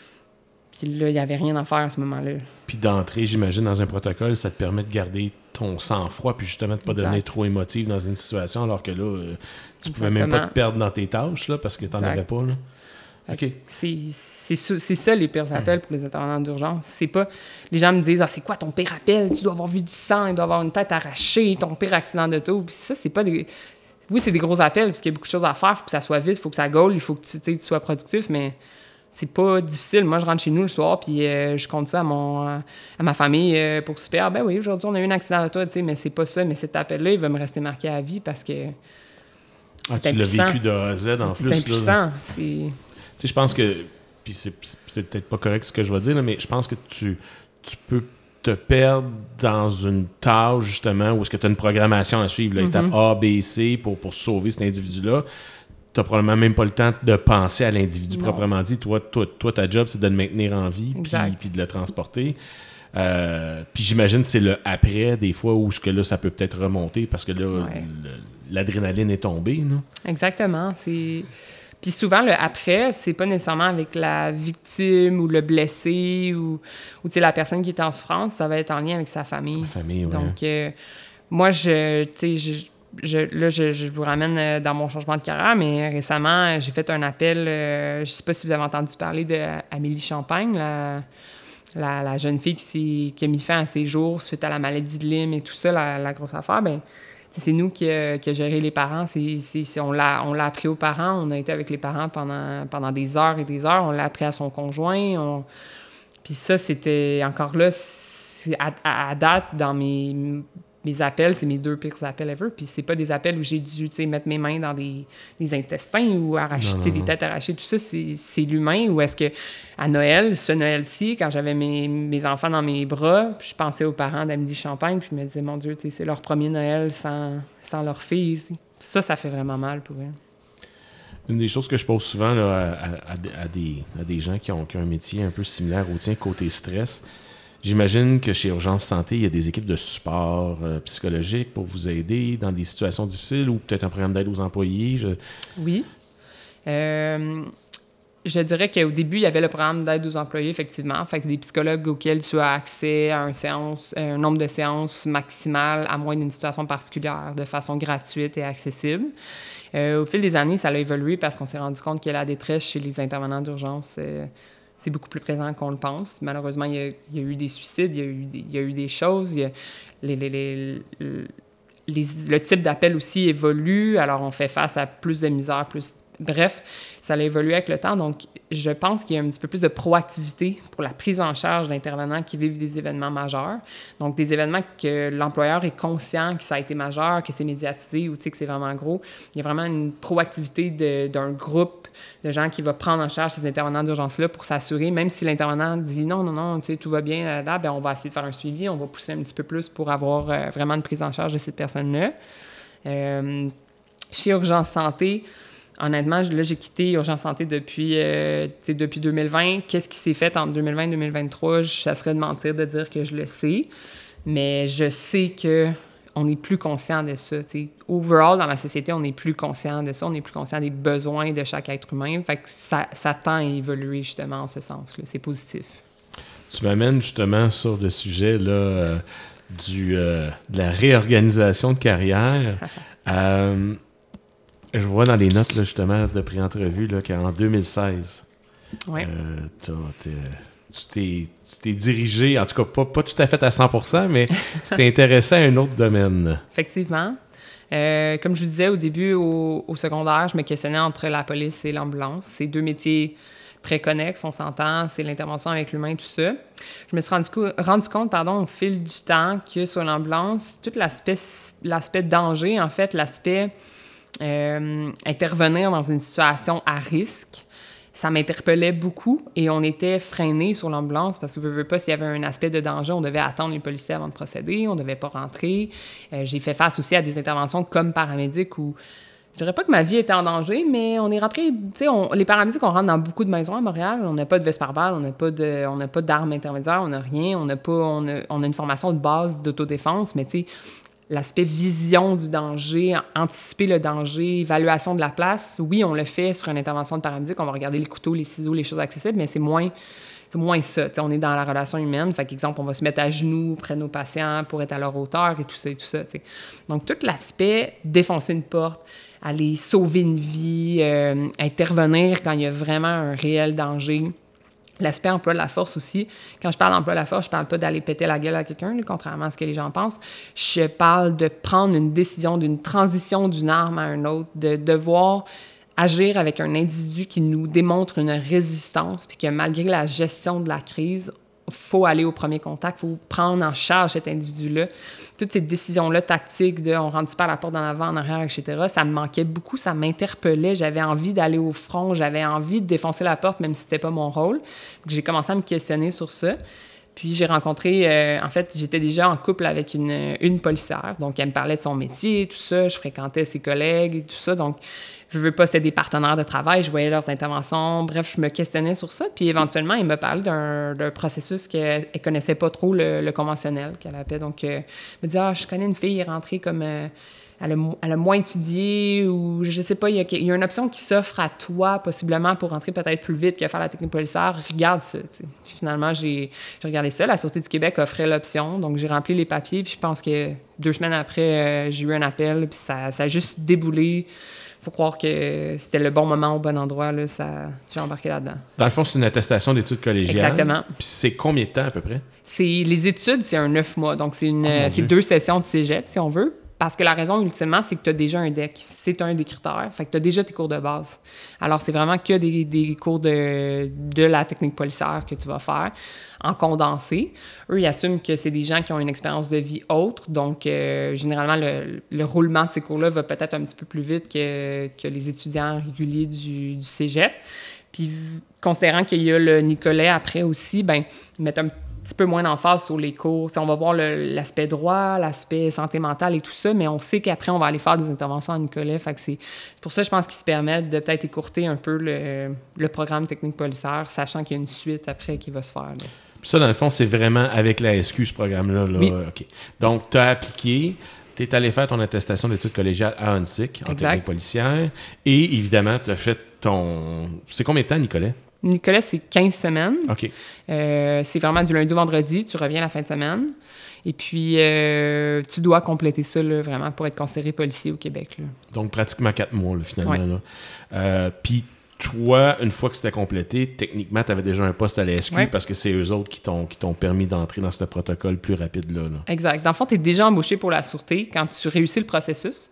Puis là, il n'y avait rien à faire à ce moment-là. Puis d'entrer, j'imagine, dans un protocole, ça te permet de garder ton sang-froid, puis justement de ne pas exact. Devenir trop émotif dans une situation, alors que là, euh, tu ne pouvais même pas te perdre dans tes tâches, là, parce que tu n'en avais pas. Là. OK. C'est, c'est, c'est ça les pires appels pour les intervenants d'urgence. C'est pas... Les gens me disent « Ah, c'est quoi ton pire appel? Tu dois avoir vu du sang, il doit avoir une tête arrachée, ton pire accident d'auto. » Puis ça, c'est pas des... Oui, c'est des gros appels, parce qu'il y a beaucoup de choses à faire, il faut que ça soit vite, il faut que ça gaule, il faut que tu, tu sois productif, mais... C'est pas difficile. Moi, je rentre chez nous le soir, puis euh, je compte ça à, mon, à ma famille euh, pour super. Ah, ben oui, aujourd'hui, on a eu un accident de toi, tu sais, mais c'est pas ça. Mais cet appel-là, il va me rester marqué à vie parce que. Ah, tu l'as vécu de A à Z en plus. C'est impuissant. C'est... Tu sais, je pense que. Puis c'est, c'est peut-être pas correct ce que je vais dire, là, mais je pense que tu, tu peux te perdre dans une tâche, justement, où est-ce que tu as une programmation à suivre, là, mm-hmm. étape A, B, C, pour, pour sauver cet individu-là. Tu n'as probablement même pas le temps de penser à l'individu non. proprement dit. Toi, toi, toi, ta job, c'est de le maintenir en vie puis de le transporter. Euh, puis j'imagine que c'est le après, des fois, où que là, ça peut peut-être remonter parce que là, ouais. le, l'adrénaline est tombée. Là. Exactement. C'est... Puis souvent, le après, c'est pas nécessairement avec la victime ou le blessé ou, ou la personne qui est en souffrance. Ça va être en lien avec sa famille. La famille, oui. Donc, euh, moi, je... Tu sais, je Je, là, je, je vous ramène dans mon changement de carrière, mais récemment, j'ai fait un appel. Euh, je ne sais pas si vous avez entendu parler d'Amélie Champagne, la, la, la jeune fille qui, s'est, qui a mis fin à ses jours suite à la maladie de Lyme et tout ça, la, la grosse affaire. Bien, c'est nous qui a, qui a géré les parents. C'est, c'est, c'est, on, l'a, on l'a appris aux parents. On a été avec les parents pendant, pendant des heures et des heures. On l'a appris à son conjoint. On... Puis ça, c'était encore là, à, à, à date, dans mes... Mes appels, c'est mes deux pires appels ever. Puis c'est pas des appels où j'ai dû mettre mes mains dans des, des intestins ou arracher non, non, des non. têtes arrachées. Tout ça, c'est, c'est l'humain. Ou est-ce que à Noël, ce Noël-ci, quand j'avais mes, mes enfants dans mes bras, je pensais aux parents d'Amélie Champagne, puis je me disais, mon Dieu, c'est leur premier Noël sans, sans leur fille. T'sais. Ça, ça fait vraiment mal pour elles. Une des choses que je pose souvent là, à, à, à, des, à des gens qui ont, qui ont un métier un peu similaire au tien, côté stress, j'imagine que chez Urgence Santé, il y a des équipes de support euh, psychologique pour vous aider dans des situations difficiles ou peut-être un programme d'aide aux employés. Je... Oui. Euh, je dirais qu'au début, il y avait le programme d'aide aux employés, effectivement. Fait que des psychologues auxquels tu as accès à un, séance, un nombre de séances maximal à moins d'une situation particulière, de façon gratuite et accessible. Euh, au fil des années, ça a évolué parce qu'on s'est rendu compte que la détresse chez les intervenants d'urgence... Euh, c'est beaucoup plus présent qu'on le pense. Malheureusement, il y a, il y a eu des suicides, il y a eu des, il y a eu des choses. Il y a les, les, les, les, les, le type d'appel aussi évolue. Alors, on fait face à plus de misère, plus bref, ça a évolué avec le temps. Donc, je pense qu'il y a un petit peu plus de proactivité pour la prise en charge d'intervenants qui vivent des événements majeurs. Donc, des événements que l'employeur est conscient que ça a été majeur, que c'est médiatisé ou que c'est vraiment gros. Il y a vraiment une proactivité de, d'un groupe de gens qui va prendre en charge ces intervenants d'urgence-là pour s'assurer, même si l'intervenant dit non, non, non, tu sais, tout va bien là, ben on va essayer de faire un suivi, on va pousser un petit peu plus pour avoir euh, vraiment une prise en charge de cette personne-là. Euh, chez Urgence Santé, honnêtement, là, j'ai quitté Urgence Santé depuis, euh, depuis deux mille vingt. Qu'est-ce qui s'est fait entre deux mille vingt et deux mille vingt-trois? Ça serait de mentir de dire que je le sais, mais je sais que on est plus conscient de ça. T'sais. Overall, dans la société, on est plus conscient de ça, on est plus conscient des besoins de chaque être humain. Fait que ça, ça tend à évoluer justement en ce sens-là. C'est positif. Tu m'amènes justement sur le sujet là, euh, du, euh, de la réorganisation de carrière. euh, je vois dans les notes là, justement de pré-entrevue là, qu'en deux mille seize, ouais. euh, t'as, t'es, tu, t'es, tu t'es dirigé, en tout cas pas, pas tout à fait à cent pour cent, mais tu t'es intéressé à un autre domaine. Effectivement. Euh, comme je vous disais au début, au, au secondaire, je me questionnais entre la police et l'ambulance. C'est deux métiers très connexes, on s'entend, c'est l'intervention avec l'humain, tout ça. Je me suis rendu, co- rendu compte, pardon, au fil du temps, que sur l'ambulance, tout l'aspect, l'aspect danger, en fait, l'aspect euh, intervenir dans une situation à risque, ça m'interpellait beaucoup et on était freinés sur l'ambulance parce que, veux, veux pas, s'il y avait un aspect de danger, on devait attendre les policiers avant de procéder, on devait pas rentrer. Euh, j'ai fait face aussi à des interventions comme paramédic où je dirais pas que ma vie était en danger, mais on est rentré, tu sais, les paramédics, on rentre dans beaucoup de maisons à Montréal, on n'a pas de veste pare-balles, on n'a pas de, on n'a pas d'armes intermédiaires, on n'a rien, on n'a pas, on a, on a une formation de base d'autodéfense, mais tu sais, l'aspect vision du danger, anticiper le danger, évaluation de la place, oui, on le fait sur une intervention de paramédic, on va regarder les couteaux, les ciseaux, les choses accessibles, mais c'est moins, c'est moins ça. T'sais, on est dans la relation humaine, fait qu'exemple, on va se mettre à genoux près de nos patients pour être à leur hauteur et tout ça et tout ça. T'sais. Donc, tout l'aspect défoncer une porte, aller sauver une vie, euh, intervenir quand il y a vraiment un réel danger. L'aspect emploi de la force aussi. Quand je parle emploi de la force, je parle pas d'aller péter la gueule à quelqu'un, là, contrairement à ce que les gens pensent. Je parle de prendre une décision, d'une transition d'une arme à une autre, de devoir agir avec un individu qui nous démontre une résistance, puis que malgré la gestion de la crise, il faut aller au premier contact, il faut prendre en charge cet individu-là. Toutes ces décisions-là tactiques de « on rentre par la porte en avant, en arrière », et cetera, ça me manquait beaucoup, ça m'interpellait. J'avais envie d'aller au front, j'avais envie de défoncer la porte, même si c'était pas mon rôle. Donc, j'ai commencé à me questionner sur ça. Puis j'ai rencontré... Euh, en fait, j'étais déjà en couple avec une, une policière. Donc, elle me parlait de son métier, tout ça. Je fréquentais ses collègues et tout ça. Donc, je veux pas, c'était des partenaires de travail, je voyais leurs interventions, bref, je me questionnais sur ça. Puis éventuellement, il me parle d'un, d'un processus qu'elle ne connaissait pas trop, le, le conventionnel qu'elle appelait. Donc, euh, elle me dit « Ah, je connais une fille, elle est rentrée comme... Euh, elle, a, elle a moins étudié ou je sais pas, il y, a, il y a une option qui s'offre à toi, possiblement, pour rentrer peut-être plus vite que faire la technique policière. Regarde ça. » Finalement, j'ai, j'ai regardé ça. La Sûreté du Québec offrait l'option. Donc, j'ai rempli les papiers. Puis je pense que deux semaines après, euh, j'ai eu un appel. Puis ça, ça a juste déboulé. Faut croire que c'était le bon moment au bon endroit, là, ça, j'ai embarqué là-dedans. Dans le fond, c'est une attestation d'études collégiales. Exactement. Puis c'est combien de temps à peu près? C'est, les études, c'est un neuf mois. Donc, c'est, une, oh, c'est deux sessions de cégep, si on veut. Parce que la raison, ultimement, c'est que tu as déjà un D E C. C'est un des critères. Fait que tu as déjà tes cours de base. Alors, c'est vraiment que des, des cours de, de la technique policière que tu vas faire en condensé. Eux, ils assument que c'est des gens qui ont une expérience de vie autre. Donc, euh, généralement, le, le roulement de ces cours-là va peut-être un petit peu plus vite que, que les étudiants réguliers du, du cégep. Puis, considérant qu'il y a le Nicolet après aussi, ben ils mettent un petit peu moins d'emphase sur les cours. T'sais, on va voir le, l'aspect droit, l'aspect santé mentale et tout ça, mais on sait qu'après, on va aller faire des interventions en Nicolet. Fait que c'est, c'est pour ça, je pense qu'ils se permettent de peut-être écourter un peu le, le programme technique policière, sachant qu'il y a une suite après qui va se faire. Là. Puis ça, dans le fond, c'est vraiment avec la S Q, ce programme-là. Là. Oui. OK. Donc, tu as appliqué, tu es allé faire ton attestation d'études collégiales à O N S I C, en exact. technique policière, et évidemment, tu as fait ton... C'est combien de temps, Nicolet? Nicolas, c'est quinze semaines. OK. Euh, c'est vraiment du lundi au vendredi. Tu reviens la fin de semaine. Et puis, euh, tu dois compléter ça, là, vraiment, pour être considéré policier au Québec. Là. Donc, pratiquement quatre mois, là, finalement. Ouais. Là. Euh, puis, toi, une fois que c'était complété, techniquement, tu avais déjà un poste à la S Q ouais. parce que c'est eux autres qui t'ont, qui t'ont permis d'entrer dans ce protocole plus rapide-là. Là. Exact. Dans le fond, tu es déjà embauché pour la sûreté quand tu réussis le processus.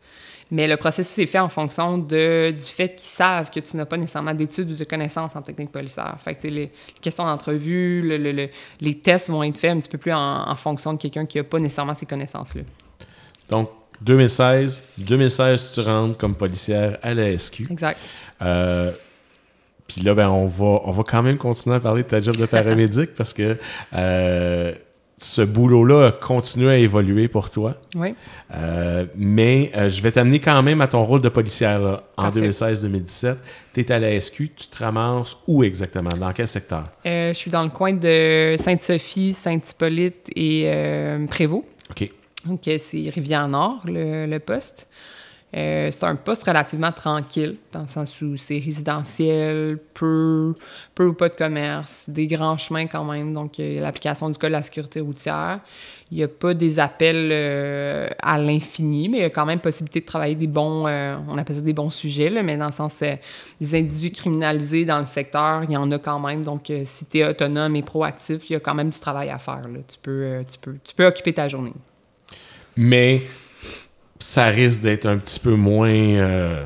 Mais le processus est fait en fonction de, du fait qu'ils savent que tu n'as pas nécessairement d'études ou de connaissances en technique policière. Fait que les, les questions d'entrevue, le, le, le, les tests vont être faits un petit peu plus en, en fonction de quelqu'un qui n'a pas nécessairement ces connaissances-là. Donc, deux mille seize, deux mille seize, tu rentres comme policière à la S Q. Exact. Euh, Puis là, ben, on va, on va quand même continuer à parler de ta job de paramédic parce que euh, ce boulot-là a continué à évoluer pour toi. Oui. Euh, mais euh, je vais t'amener quand même à ton rôle de policière là, en deux mille seize deux mille dix-sept. Tu es à la S Q, tu te ramasses où exactement? Dans quel secteur? Euh, je suis dans le coin de Sainte-Sophie, Saint-Hippolyte et euh, Prévost. OK. Donc, c'est Rivière-Nord, le, le poste. Euh, c'est un poste relativement tranquille, dans le sens où c'est résidentiel, peu, peu ou pas de commerce, des grands chemins quand même, donc euh, l'application du code de la sécurité routière. Il n'y a pas des appels euh, à l'infini, mais il y a quand même possibilité de travailler des bons, euh, on appelle ça des bons sujets, là, mais dans le sens euh, des individus criminalisés dans le secteur, il y en a quand même. Donc, euh, si tu es autonome et proactif, il y a quand même du travail à faire, là. Tu peux, euh, tu peux, tu peux occuper ta journée. Mais ça risque d'être un petit peu moins euh,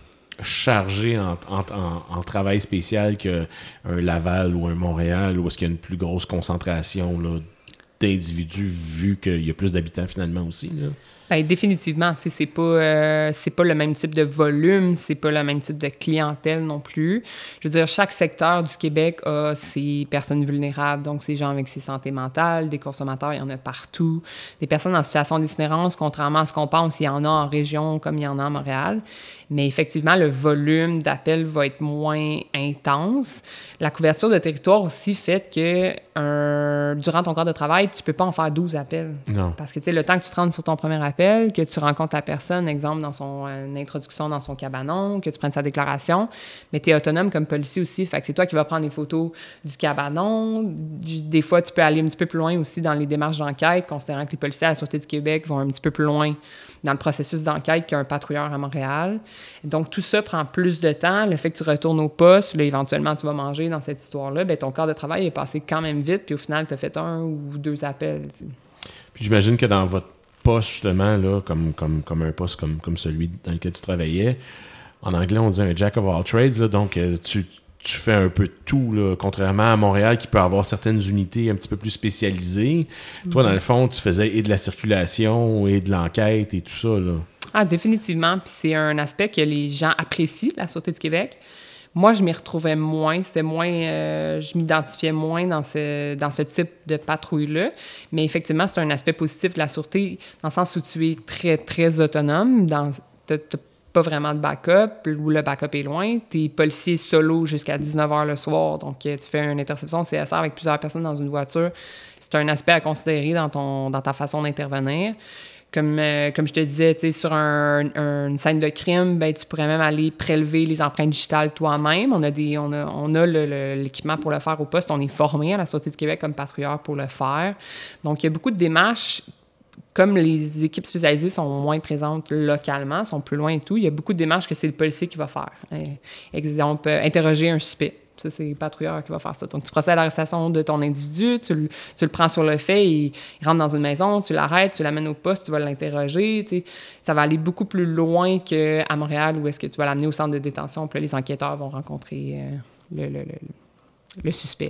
chargé en, en, en, en travail spécial qu'un Laval ou un Montréal, où est-ce qu'il y a une plus grosse concentration là, d'individus, vu qu'il y a plus d'habitants finalement aussi, là. Bien, définitivement, tu sais, c'est pas, euh, c'est pas le même type de volume, c'est pas le même type de clientèle non plus. Je veux dire, chaque secteur du Québec a ses personnes vulnérables, donc ces gens avec ses santé mentale, des consommateurs, il y en a partout. Des personnes en situation d'itinérance, contrairement à ce qu'on pense, il y en a en région comme il y en a à Montréal. Mais effectivement, le volume d'appels va être moins intense. La couverture de territoire aussi fait que un, durant ton corps de travail, tu peux pas en faire douze appels. Non. Parce que, tu sais, le temps que tu te rendes sur ton premier appel, que tu rencontres la personne, exemple, dans son euh, introduction dans son cabanon, que tu prennes sa déclaration, mais tu es autonome comme policier aussi. Fait que c'est toi qui vas prendre des photos du cabanon. Du, des fois, tu peux aller un petit peu plus loin aussi dans les démarches d'enquête, considérant que les policiers à la Sûreté du Québec vont un petit peu plus loin dans le processus d'enquête qu'un patrouilleur à Montréal. Donc, tout ça prend plus de temps. Le fait que tu retournes au poste, là, éventuellement, tu vas manger dans cette histoire-là, bien, ton quart de travail est passé quand même vite, puis au final, tu as fait un ou deux appels. T'sais. Puis j'imagine que dans votre poste, justement, là, comme, comme, comme un poste comme, comme celui dans lequel tu travaillais, en anglais, on dit un jack of all trades, là, donc euh, tu, tu fais un peu de tout, là, contrairement à Montréal qui peut avoir certaines unités un petit peu plus spécialisées. Mm-hmm. Toi, dans le fond, tu faisais et de la circulation et de l'enquête et tout ça, là. Ah, définitivement. Puis c'est un aspect que les gens apprécient, la Sûreté du Québec. Moi, je m'y retrouvais moins. C'était moins... Euh, je m'identifiais moins dans ce, dans ce type de patrouille-là. Mais effectivement, c'est un aspect positif de la Sûreté, dans le sens où tu es très, très autonome. Dans, t'as, t'as pas vraiment de backup, ou le backup est loin. Tu es policier solo jusqu'à dix-neuf heures le soir. Donc, tu fais une interception C S R avec plusieurs personnes dans une voiture. C'est un aspect à considérer dans, ton, dans ta façon d'intervenir. Comme, euh, comme je te disais, tu sais, sur un, un, une scène de crime, ben, tu pourrais même aller prélever les empreintes digitales toi-même. On a, des, on a, on a le, le, l'équipement pour le faire au poste. On est formé à la Sûreté du Québec comme patrouilleur pour le faire. Donc, il y a beaucoup de démarches. Comme les équipes spécialisées sont moins présentes localement, sont plus loin et tout, il y a beaucoup de démarches que c'est le policier qui va faire. Exemple, interroger un suspect. Ça, c'est le patrouilleur qui va faire ça. Donc, tu procèdes à l'arrestation de ton individu, tu le, tu le prends sur le fait, il, il rentre dans une maison, tu l'arrêtes, tu l'amènes au poste, tu vas l'interroger. Tu sais. Ça va aller beaucoup plus loin qu'à Montréal où est-ce que tu vas l'amener au centre de détention. Puis là, les enquêteurs vont rencontrer euh, le, le, le, le suspect.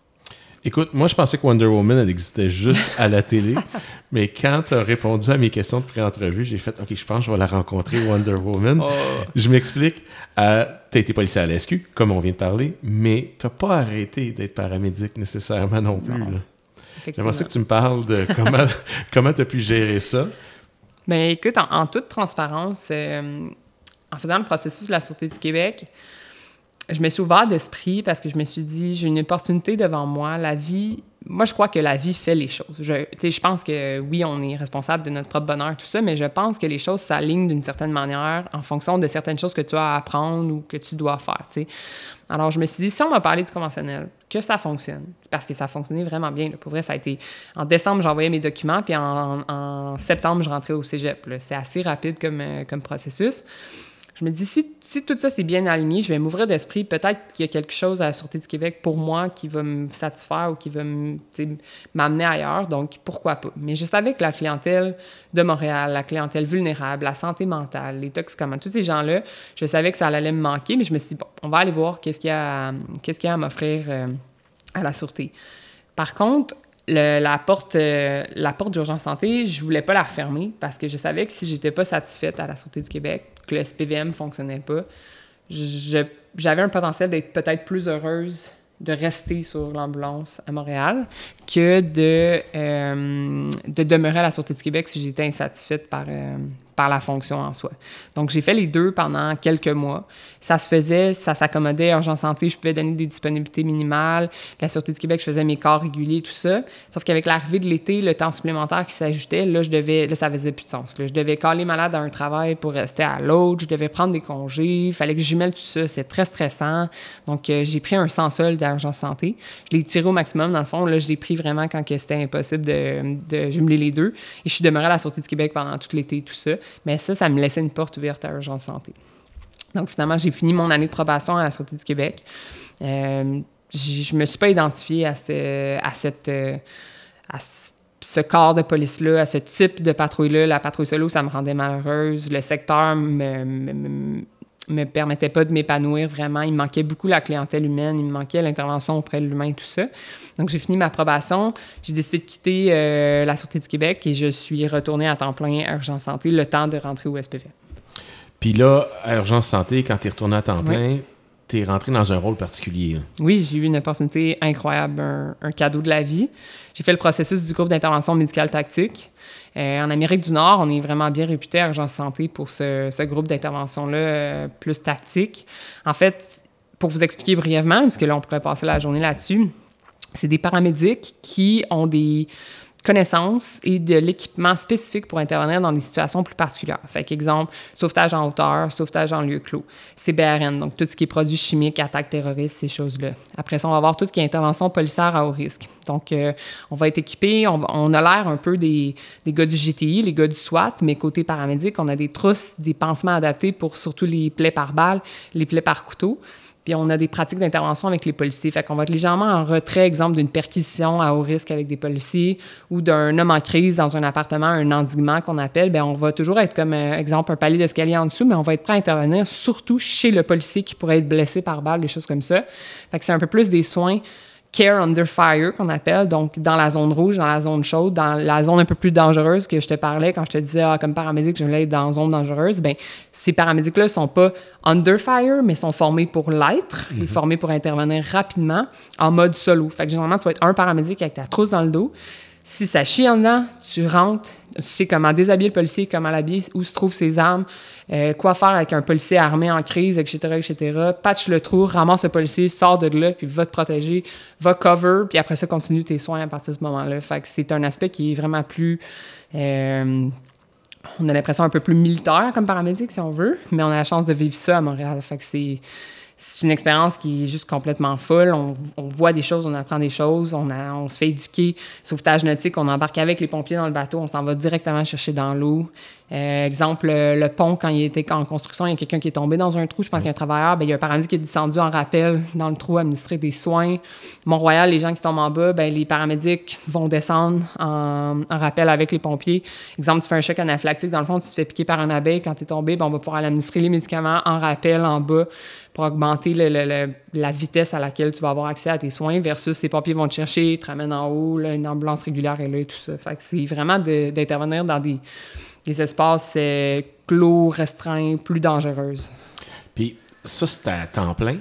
Écoute, moi, je pensais que Wonder Woman, elle existait juste à la télé. Mais quand tu as répondu à mes questions de pré-entrevue, j'ai fait « OK, je pense que je vais la rencontrer, Wonder Woman. Oh. » Je m'explique. Euh, tu as été policier à la S Q, comme on vient de parler, mais tu n'as pas arrêté d'être paramédic nécessairement non plus. Non. J'aimerais ça que tu me parles de comment comment tu as pu gérer ça. Bien, écoute, en, en toute transparence, euh, en faisant le processus de la Sûreté du Québec, je me suis ouvert d'esprit parce que je me suis dit, j'ai une opportunité devant moi. La vie, moi, je crois que la vie fait les choses. Je, je pense que, oui, on est responsable de notre propre bonheur, tout ça, mais je pense que les choses s'alignent d'une certaine manière en fonction de certaines choses que tu as à apprendre ou que tu dois faire, t'sais. Alors, je me suis dit, si on m'a parlé du conventionnel, que ça fonctionne, parce que ça fonctionnait vraiment bien. Là. Pour vrai, ça a été... En décembre, j'envoyais mes documents, puis en, en septembre, je rentrais au cégep. Là. C'est assez rapide comme, euh, comme processus. Je me dis, si, si tout ça, c'est bien aligné, je vais m'ouvrir d'esprit. Peut-être qu'il y a quelque chose à la Sûreté du Québec pour moi qui va me satisfaire ou qui va me, m'amener ailleurs. Donc, pourquoi pas? Mais je savais que la clientèle de Montréal, la clientèle vulnérable, la santé mentale, les toxicomanes, tous ces gens-là, je savais que ça allait me manquer, mais je me suis dit, bon, on va aller voir qu'est-ce qu'il y a à, qu'est-ce qu'il y a à m'offrir euh, à la Sûreté. Par contre, Le, la porte, euh, la porte d'urgence santé, je voulais pas la refermer parce que je savais que si j'étais pas satisfaite à la Sûreté du Québec, que le S P V M fonctionnait pas, je, j'avais un potentiel d'être peut-être plus heureuse de rester sur l'ambulance à Montréal que de, euh, de demeurer à la Sûreté du Québec si j'étais insatisfaite par, euh, par la fonction en soi. Donc, j'ai fait les deux pendant quelques mois. Ça se faisait, ça s'accommodait. Urgence santé, je pouvais donner des disponibilités minimales. La Sûreté du Québec, je faisais mes corps réguliers, tout ça. Sauf qu'avec l'arrivée de l'été, le temps supplémentaire qui s'ajoutait, là, je devais, là, ça faisait plus de sens. Là. Je devais caler malade à un travail pour rester à l'autre. Je devais prendre des congés. Il fallait que je jumelle tout ça. C'est très stressant. Donc, euh, j'ai pris un sans solde d'urgence santé. Je l'ai tiré au maximum. Dans le fond, là, je l'ai pris vraiment quand que c'était impossible de, de jumeler les deux. Et je suis demeurée à la Sûreté du Québec pendant tout l'été, tout ça. Mais ça, ça me laissait une porte ouverte à urgence santé. Donc, finalement, j'ai fini mon année de probation à la Sûreté du Québec. Euh, je ne me suis pas identifiée à, ce, à, cette, à ce corps de police-là, à ce type de patrouille-là. La patrouille solo, ça me rendait malheureuse. Le secteur me, me, me, me permettait pas de m'épanouir vraiment. Il me manquait beaucoup la clientèle humaine. Il me manquait l'intervention auprès de l'humain, tout ça. Donc, j'ai fini ma probation. J'ai décidé de quitter euh, la Sûreté du Québec et je suis retournée à temps plein à Urgence Santé le temps de rentrer au S P V. Puis là, à Urgence Santé, quand tu es retourné à temps plein, oui. tu es rentré dans un rôle particulier. Hein. Oui, j'ai eu une opportunité incroyable, un, un cadeau de la vie. J'ai fait le processus du groupe d'intervention médicale tactique. Euh, en Amérique du Nord, on est vraiment bien réputé à Urgence Santé pour ce, ce groupe d'intervention-là euh, plus tactique. En fait, pour vous expliquer brièvement, parce que là, on pourrait passer la journée là-dessus, c'est des paramédics qui ont des connaissances et de l'équipement spécifique pour intervenir dans des situations plus particulières. Fait qu'exemple, sauvetage en hauteur, sauvetage en lieu clos, C B R N, donc tout ce qui est produits chimiques, attaques terroristes, ces choses-là. Après ça, on va voir tout ce qui est intervention policière à haut risque. Donc, euh, on va être équipé, on, on a l'air un peu des, des gars du G T I, les gars du SWAT, mais côté paramédic, on a des trousses, des pansements adaptés pour surtout les plaies par balle, les plaies par couteau. Puis on a des pratiques d'intervention avec les policiers. Fait qu'on va être légèrement en retrait, exemple d'une perquisition à haut risque avec des policiers ou d'un homme en crise dans un appartement, un endiguement qu'on appelle. Bien, on va toujours être comme, euh, exemple, un palier d'escalier en dessous, mais on va être prêt à intervenir surtout chez le policier qui pourrait être blessé par balle, des choses comme ça. Fait que c'est un peu plus des soins care under fire, qu'on appelle, donc dans la zone rouge, dans la zone chaude, dans la zone un peu plus dangereuse que je te parlais quand je te disais, ah, comme paramédic, je voulais être dans une zone dangereuse. Bien, ces paramédics-là ne sont pas under fire, mais sont formés pour l'être, mm-hmm. et formés pour intervenir rapidement en mode solo. Fait que généralement, tu vas être un paramédic avec ta trousse dans le dos. Si ça chie en dedans, tu rentres, tu sais comment déshabiller le policier, comment l'habiller, où se trouvent ses armes, euh, quoi faire avec un policier armé en crise, et cetera, et cetera. Patch le trou, ramasse le policier, sors de là, puis va te protéger, va cover, puis après ça, continue tes soins à partir de ce moment-là. Fait que c'est un aspect qui est vraiment plus... Euh, on a l'impression un peu plus militaire comme paramédic, si on veut, mais on a la chance de vivre ça à Montréal. Fait que c'est... C'est une expérience qui est juste complètement folle. On, on voit des choses, on apprend des choses, on, a, on se fait éduquer. Sauvetage nautique, on embarque avec les pompiers dans le bateau, on s'en va directement chercher dans l'eau. Euh, exemple, le, le pont, quand il était en construction, il y a quelqu'un qui est tombé dans un trou, je pense qu'il y a un travailleur, bien, il y a un paramédic qui est descendu en rappel dans le trou, administrer des soins. Mont-Royal, les gens qui tombent en bas, bien, les paramédics vont descendre en, en rappel avec les pompiers. Exemple, tu fais un choc anaphylactique, dans le fond, tu te fais piquer par un abeille, quand tu es tombé, bien, on va pouvoir aller administrer les médicaments en rappel en bas pour augmenter le, le, le, la vitesse à laquelle tu vas avoir accès à tes soins versus les pompiers vont te chercher, te ramènent en haut, là, une ambulance régulière est là et tout ça. Fait que c'est vraiment de, d'intervenir dans des, des espaces euh, clos, restreints, plus dangereuses. Puis ça, c'était à temps plein?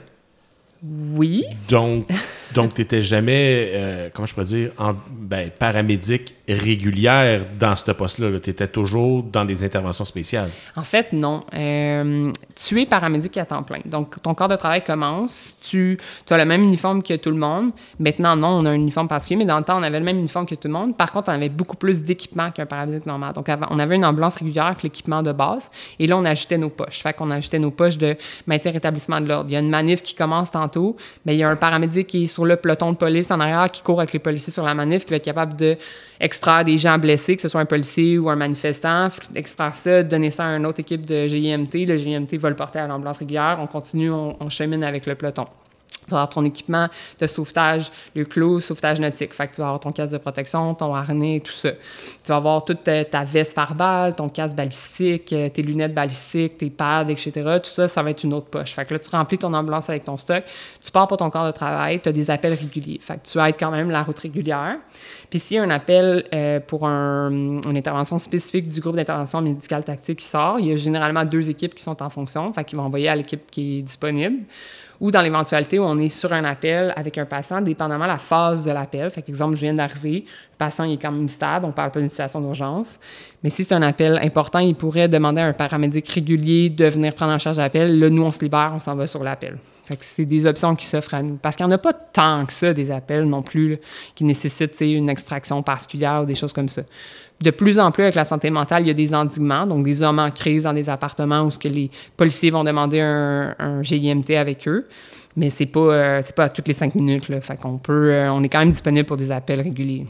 Oui. Donc, donc tu n'étais jamais, euh, comment je peux dire, en, ben, paramédic régulière dans ce poste-là. Tu étais toujours dans des interventions spéciales. En fait, non. Euh, tu es paramédic à temps plein. Donc, ton corps de travail commence. Tu, tu as le même uniforme que tout le monde. Maintenant, non, on a un uniforme particulier, mais dans le temps, on avait le même uniforme que tout le monde. Par contre, on avait beaucoup plus d'équipement qu'un paramédic normal. Donc, avant, on avait une ambulance régulière avec l'équipement de base. Et là, on ajoutait nos poches. Fait qu'on ajoutait nos poches de maintien rétablissement de l'ordre. Il y a une manif qui commence tantôt, mais il y a un paramédic qui est sur sur le peloton de police en arrière qui court avec les policiers sur la manif, qui va être capable d'extraire des gens blessés, que ce soit un policier ou un manifestant, extraire ça, donner ça à une autre équipe de G I M T. Le G I M T va le porter à l'ambulance régulière. On continue, on, on chemine avec le peloton. Tu vas avoir ton équipement de sauvetage, le clou, sauvetage nautique. Fait que tu vas avoir ton casque de protection, ton harnais, tout ça. Tu vas avoir toute ta, ta veste par balle, ton casque balistique, tes lunettes balistiques, tes pads, et cetera. Tout ça, ça va être une autre poche. Fait que là, tu remplis ton ambulance avec ton stock. Tu pars pour ton corps de travail, tu as des appels réguliers. Fait que tu vas être quand même la route régulière. Puis s'il y a un appel euh, pour un, une intervention spécifique du groupe d'intervention médicale tactique qui sort, il y a généralement deux équipes qui sont en fonction. Fait qu'ils vont envoyer à l'équipe qui est disponible. Ou dans l'éventualité où on est sur un appel avec un patient, dépendamment de la phase de l'appel. Fait qu'exemple, je viens d'arriver, le patient il est quand même stable, on ne parle pas d'une situation d'urgence. Mais si c'est un appel important, il pourrait demander à un paramédic régulier de venir prendre en charge l'appel. Là, nous, on se libère, on s'en va sur l'appel. Fait que c'est des options qui s'offrent à nous. Parce qu'il n'y en a pas tant que ça, des appels non plus, là, qui nécessitent une extraction particulière ou des choses comme ça. De plus en plus, avec la santé mentale, il y a des endiguements, donc des hommes en crise dans des appartements où ce que les policiers vont demander un, un G I M T avec eux. Mais c'est pas, euh, c'est pas à toutes les cinq minutes. Là. Fait qu'on peut, euh, on est quand même disponible pour des appels réguliers.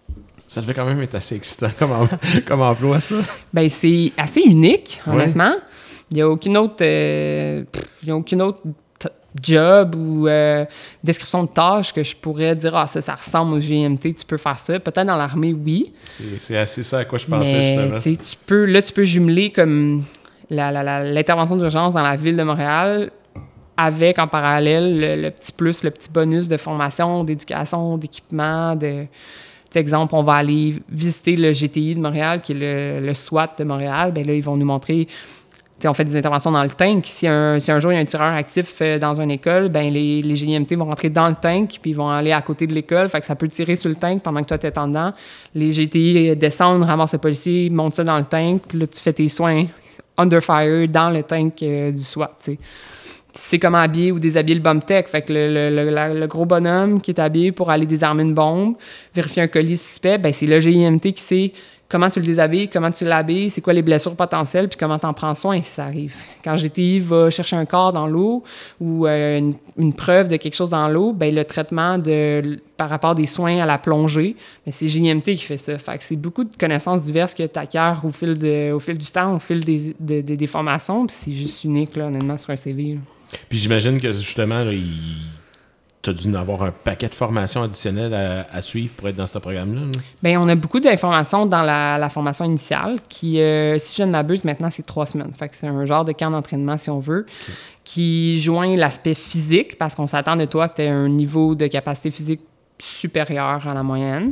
Ça devait quand même être assez excitant comme, em- comme emploi, ça. Bien, c'est assez unique, honnêtement. Ouais. Il n'y a aucune autre... Euh, pff, il y a aucune autre t- job ou euh, description de tâche que je pourrais dire « Ah, ça, ça ressemble au G I M T, tu peux faire ça. » Peut-être dans l'armée, oui. C'est, c'est assez ça à quoi je pensais, mais, justement. Tu peux, là, tu peux jumeler comme la, la, la, l'intervention d'urgence dans la ville de Montréal avec, en parallèle, le, le petit plus, le petit bonus de formation, d'éducation, d'équipement, de... exemple, on va aller visiter le G T I de Montréal, qui est le, le SWAT de Montréal. Bien là, ils vont nous montrer... on fait des interventions dans le tank. Si un, si un jour, il y a un tireur actif euh, dans une école, ben les, les G I M T vont rentrer dans le tank puis ils vont aller à côté de l'école. Fait que ça peut tirer sur le tank pendant que toi, tu es en dedans. Les G T I descendent, ramassent le policier, montent ça dans le tank. Puis là, tu fais tes soins under fire dans le tank euh, du SWAT, t'sais. Tu sais comment habiller ou déshabiller le bomb tech. Fait que le, le, le, la, le gros bonhomme qui est habillé pour aller désarmer une bombe, vérifier un colis suspect, ben c'est le G I M T qui sait comment tu le déshabilles, comment tu l'habilles, c'est quoi les blessures potentielles, puis comment tu en prends soin si ça arrive. Quand G T I va chercher un corps dans l'eau ou euh, une, une preuve de quelque chose dans l'eau, ben le traitement de, par rapport des soins à la plongée, ben c'est G I M T qui fait ça. Fait que c'est beaucoup de connaissances diverses que tu acquiers au fil, de, au fil du temps, au fil des, de, de, des formations, puis c'est juste unique, là, honnêtement, sur un C V. Là. Puis j'imagine que justement, là, il... tu as dû avoir un paquet de formations additionnelles à, à suivre pour être dans ce programme-là. là. Bien, on a beaucoup d'informations dans la, la formation initiale qui, euh, si je ne m'abuse, maintenant, c'est trois semaines. Fait que c'est un genre de camp d'entraînement, si on veut, okay. qui joint l'aspect physique, parce qu'on s'attend de toi que tu aies un niveau de capacité physique supérieur à la moyenne,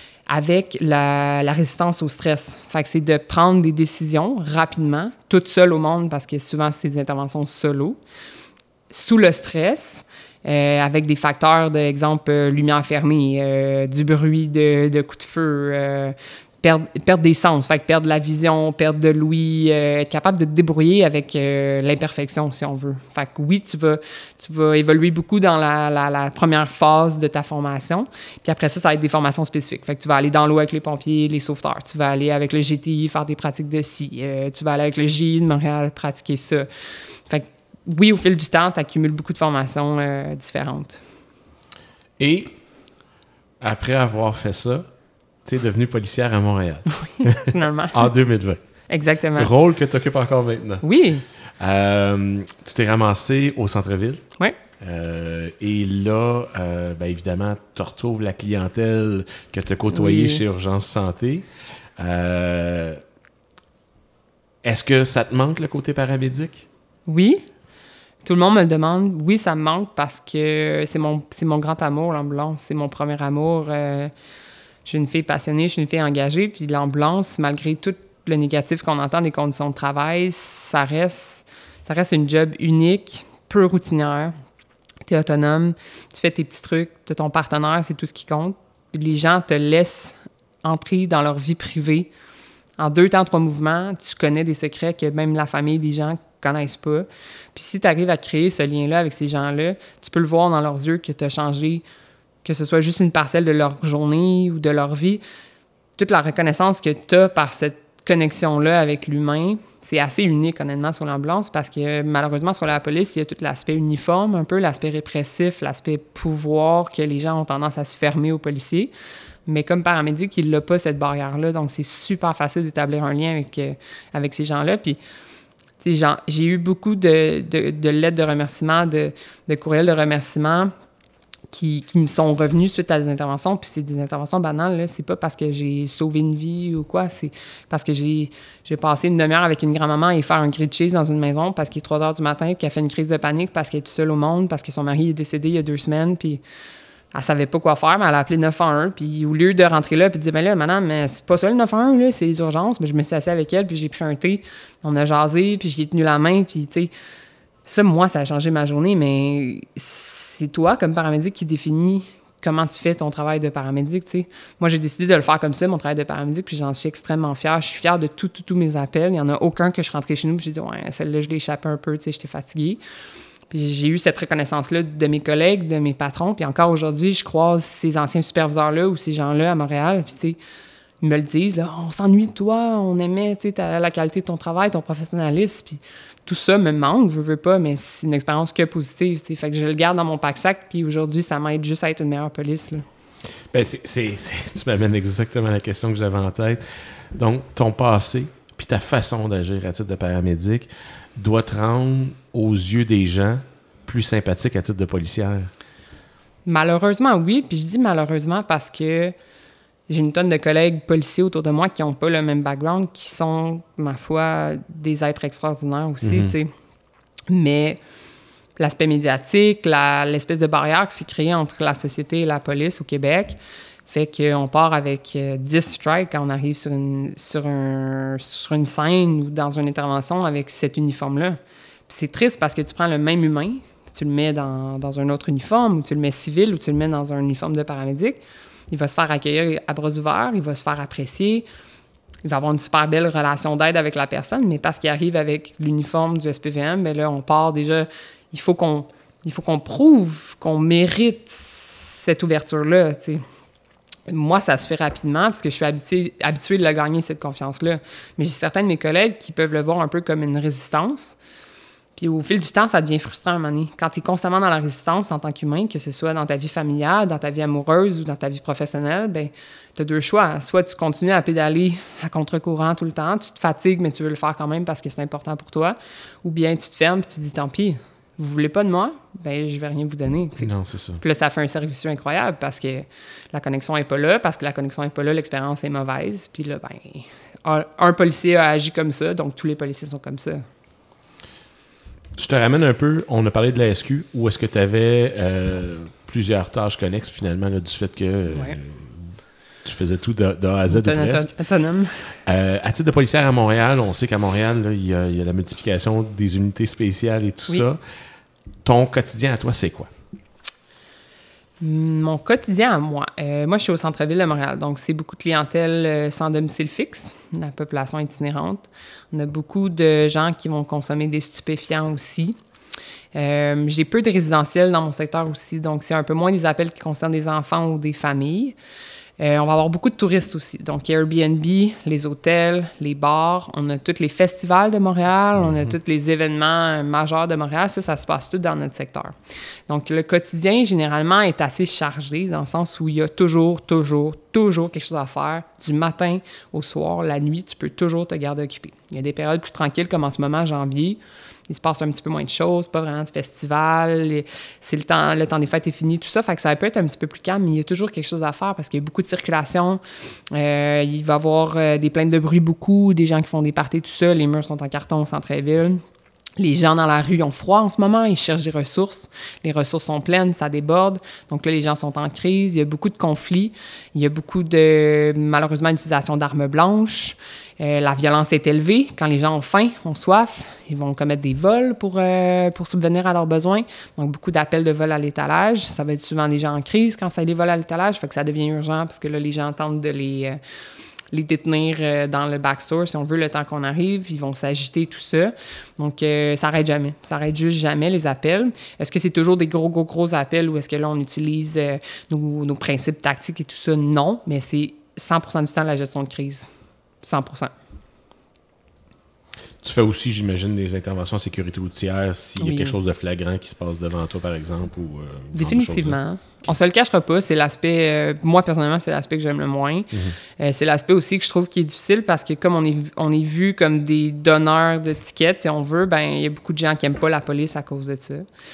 avec la, la résistance au stress. Fait que c'est de prendre des décisions rapidement, toute seule au monde, parce que souvent, c'est des interventions solo, sous le stress, Euh, avec des facteurs, d'exemple, euh, lumière fermée, euh, du bruit de, de coups de feu, euh, perdre, perdre des sens, fait que perdre la vision, perdre de l'ouïe, euh, être capable de te débrouiller avec euh, l'imperfection, si on veut. Fait que oui, tu vas, tu vas évoluer beaucoup dans la, la, la première phase de ta formation, puis après ça, ça va être des formations spécifiques. Fait que tu vas aller dans l'eau avec les pompiers, les sauveteurs, tu vas aller avec le G T I faire des pratiques de scie, euh, tu vas aller avec le G I de Montréal pratiquer ça. Fait que oui, au fil du temps, tu accumules beaucoup de formations euh, différentes. Et après avoir fait ça, tu es devenue policière à Montréal. Oui, finalement. En deux mille vingt. Exactement. Rôle que tu occupes encore maintenant. Oui. Euh, tu t'es ramassée au centre-ville. Oui. Euh, et là, euh, ben évidemment, tu retrouves la clientèle que tu as côtoyée oui. chez Urgence Santé. Euh, est-ce que ça te manque, le côté paramédic? Oui. Tout le monde me le demande. Oui, ça me manque parce que c'est mon, c'est mon grand amour, l'ambulance. C'est mon premier amour. Euh, je suis une fille passionnée, je suis une fille engagée. Puis l'ambulance, malgré tout le négatif qu'on entend des conditions de travail, ça reste, ça reste une job unique, peu routinière. Tu es autonome, tu fais tes petits trucs, tu as ton partenaire, c'est tout ce qui compte. Puis les gens te laissent entrer dans leur vie privée. En deux temps, trois mouvements, tu connais des secrets que même la famille des gens connaissent pas. Puis si tu arrives à créer ce lien-là avec ces gens-là, tu peux le voir dans leurs yeux que tu as changé, que ce soit juste une parcelle de leur journée ou de leur vie. Toute la reconnaissance que tu as par cette connexion-là avec l'humain, c'est assez unique, honnêtement, sur l'ambulance, parce que malheureusement, sur la police, il y a tout l'aspect uniforme, un peu l'aspect répressif, l'aspect pouvoir, que les gens ont tendance à se fermer aux policiers. Mais comme paramédic, il n'a pas cette barrière-là, donc c'est super facile d'établir un lien avec, euh, avec ces gens-là. Puis, tu sais, genre, j'ai eu beaucoup de, de, de lettres de remerciement, de, de courriels de remerciement qui, qui me sont revenus suite à des interventions. Puis c'est des interventions banales, là. C'est pas parce que j'ai sauvé une vie ou quoi, c'est parce que j'ai, j'ai passé une demi-heure avec une grand-maman et faire un grilled cheese dans une maison parce qu'il est trois heures du matin, puis qu'elle fait une crise de panique parce qu'elle est toute seule au monde, parce que son mari est décédé il y a deux semaines, puis elle savait pas quoi faire, mais elle a appelé neuf un un, puis au lieu de rentrer là puis de dire « Ben là, madame, mais c'est pas ça le neuf un un, là, c'est les urgences. » Mais je me suis assise avec elle, puis j'ai pris un thé, on a jasé, puis je lui ai tenu la main, puis tu sais, ça, moi, ça a changé ma journée, mais c'est toi, comme paramédic, qui définis comment tu fais ton travail de paramédic, tu sais. Moi, j'ai décidé de le faire comme ça, mon travail de paramédic, puis j'en suis extrêmement fière. Je suis fière de tous tout, tout mes appels. Il n'y en a aucun que je suis rentrée chez nous, puis j'ai dit « Ouais, celle-là, je l'ai échappé un peu, tu sais, j'étais fatiguée. » Puis j'ai eu cette reconnaissance-là de mes collègues, de mes patrons. Puis encore aujourd'hui, je croise ces anciens superviseurs-là ou ces gens-là à Montréal. Puis, tu sais, ils me le disent, là, on s'ennuie de toi, on aimait, tu sais, la qualité de ton travail, ton professionnalisme. Puis tout ça me manque, je veux pas, mais c'est une expérience que positive, tu sais. Fait que je le garde dans mon pack-sac. Puis aujourd'hui, ça m'aide juste à être une meilleure police, là. Bien, c'est, c'est, c'est, tu m'amènes exactement la question que j'avais en tête. Donc, ton passé, puis ta façon d'agir à titre de paramédic doit te rendre aux yeux des gens plus sympathique à titre de policière? Malheureusement, oui. Puis je dis malheureusement parce que j'ai une tonne de collègues policiers autour de moi qui n'ont pas le même background, qui sont, ma foi, des êtres extraordinaires aussi, mm-hmm. tu sais. Mais l'aspect médiatique, la, l'espèce de barrière qui s'est créée entre la société et la police au Québec fait qu'on part avec euh, dix strikes quand on arrive sur une, sur, un, sur une scène ou dans une intervention avec cet uniforme-là. Puis c'est triste parce que tu prends le même humain, tu le mets dans, dans un autre uniforme, ou tu le mets civil, ou tu le mets dans un uniforme de paramédic, il va se faire accueillir à bras ouverts, il va se faire apprécier, il va avoir une super belle relation d'aide avec la personne, mais parce qu'il arrive avec l'uniforme du S P V M, bien là, on part déjà... Il faut qu'on, il faut qu'on prouve qu'on mérite cette ouverture-là, tu sais. Moi, ça se fait rapidement parce que je suis habituée, habituée de la gagner, cette confiance-là. Mais j'ai certains de mes collègues qui peuvent le voir un peu comme une résistance. Puis au fil du temps, ça devient frustrant à un moment donné. Quand tu es constamment dans la résistance en tant qu'humain, que ce soit dans ta vie familiale, dans ta vie amoureuse ou dans ta vie professionnelle, bien, tu as deux choix. Soit tu continues à pédaler à contre-courant tout le temps, tu te fatigues, mais tu veux le faire quand même parce que c'est important pour toi. Ou bien tu te fermes et tu te dis « Tant pis, vous voulez pas de moi? Ben je vais rien vous donner. » T'sais. Non, c'est ça. Puis là, ça fait un service incroyable parce que la connexion est pas là, parce que la connexion est pas là, l'expérience est mauvaise. Puis là, ben un, un policier a agi comme ça, donc tous les policiers sont comme ça. Je te ramène un peu, on a parlé de la S Q, où est-ce que tu avais euh, plusieurs tâches connexes finalement, là, du fait que euh, ouais. tu faisais tout de, de A à Z de presque. Autonome. Euh, à titre de policière à Montréal, on sait qu'à Montréal, là, il, y a, il y a la multiplication des unités spéciales et tout oui. ça. Ton quotidien à toi, c'est quoi? Mon quotidien à moi, euh, moi je suis au centre-ville de Montréal, donc c'est beaucoup de clientèle euh, sans domicile fixe, la population itinérante. On a beaucoup de gens qui vont consommer des stupéfiants aussi. Euh, j'ai peu de résidentiels dans mon secteur aussi, donc c'est un peu moins des appels qui concernent des enfants ou des familles. Euh, on va avoir beaucoup de touristes aussi. Donc, Airbnb, les hôtels, les bars. On a tous les festivals de Montréal. Mm-hmm. On a tous les événements majeurs de Montréal. Ça, ça se passe tout dans notre secteur. Donc, le quotidien, généralement, est assez chargé dans le sens où il y a toujours, toujours, toujours quelque chose à faire. Du matin au soir, la nuit, tu peux toujours te garder occupé. Il y a des périodes plus tranquilles, comme en ce moment, janvier. Il se passe un petit peu moins de choses, pas vraiment de festival, c'est le temps, le temps des fêtes est fini, tout ça, fait que ça peut être un petit peu plus calme, mais il y a toujours quelque chose à faire parce qu'il y a beaucoup de circulation, euh, il va y avoir euh, des plaintes de bruit beaucoup, des gens qui font des parties, tout ça, les murs sont en carton au centre-ville. Les gens dans la rue ont froid en ce moment, ils cherchent des ressources. Les ressources sont pleines, ça déborde. Donc là, les gens sont en crise. Il y a beaucoup de conflits. Il y a beaucoup de, malheureusement, d'utilisation d'armes blanches. Euh, la violence est élevée. Quand les gens ont faim, ont soif, ils vont commettre des vols pour, euh, pour subvenir à leurs besoins. Donc, beaucoup d'appels de vol à l'étalage. Ça va être souvent des gens en crise quand ça les vols à l'étalage. Fait que ça devient urgent parce que là, les gens tentent de les... Euh, les détenir euh, dans le backstore, si on veut, le temps qu'on arrive. Ils vont s'agiter, tout ça. Donc, euh, ça n'arrête jamais. Ça n'arrête juste jamais, les appels. Est-ce que c'est toujours des gros, gros, gros appels ou est-ce que là, on utilise euh, nos, nos principes tactiques et tout ça? Non, mais c'est cent pour cent du temps la gestion de crise. cent pour cent. Tu fais aussi, j'imagine, des interventions en sécurité routière s'il y a oui. quelque chose de flagrant qui se passe devant toi, par exemple, ou... Euh, Définitivement. On se le cachera pas, c'est l'aspect... Euh, moi, personnellement, c'est l'aspect que j'aime le moins. Mm-hmm. Euh, c'est l'aspect aussi que je trouve qui est difficile parce que comme on est, on est vu comme des donneurs de tickets, si on veut, ben il y a beaucoup de gens qui aiment pas la police à cause de ça.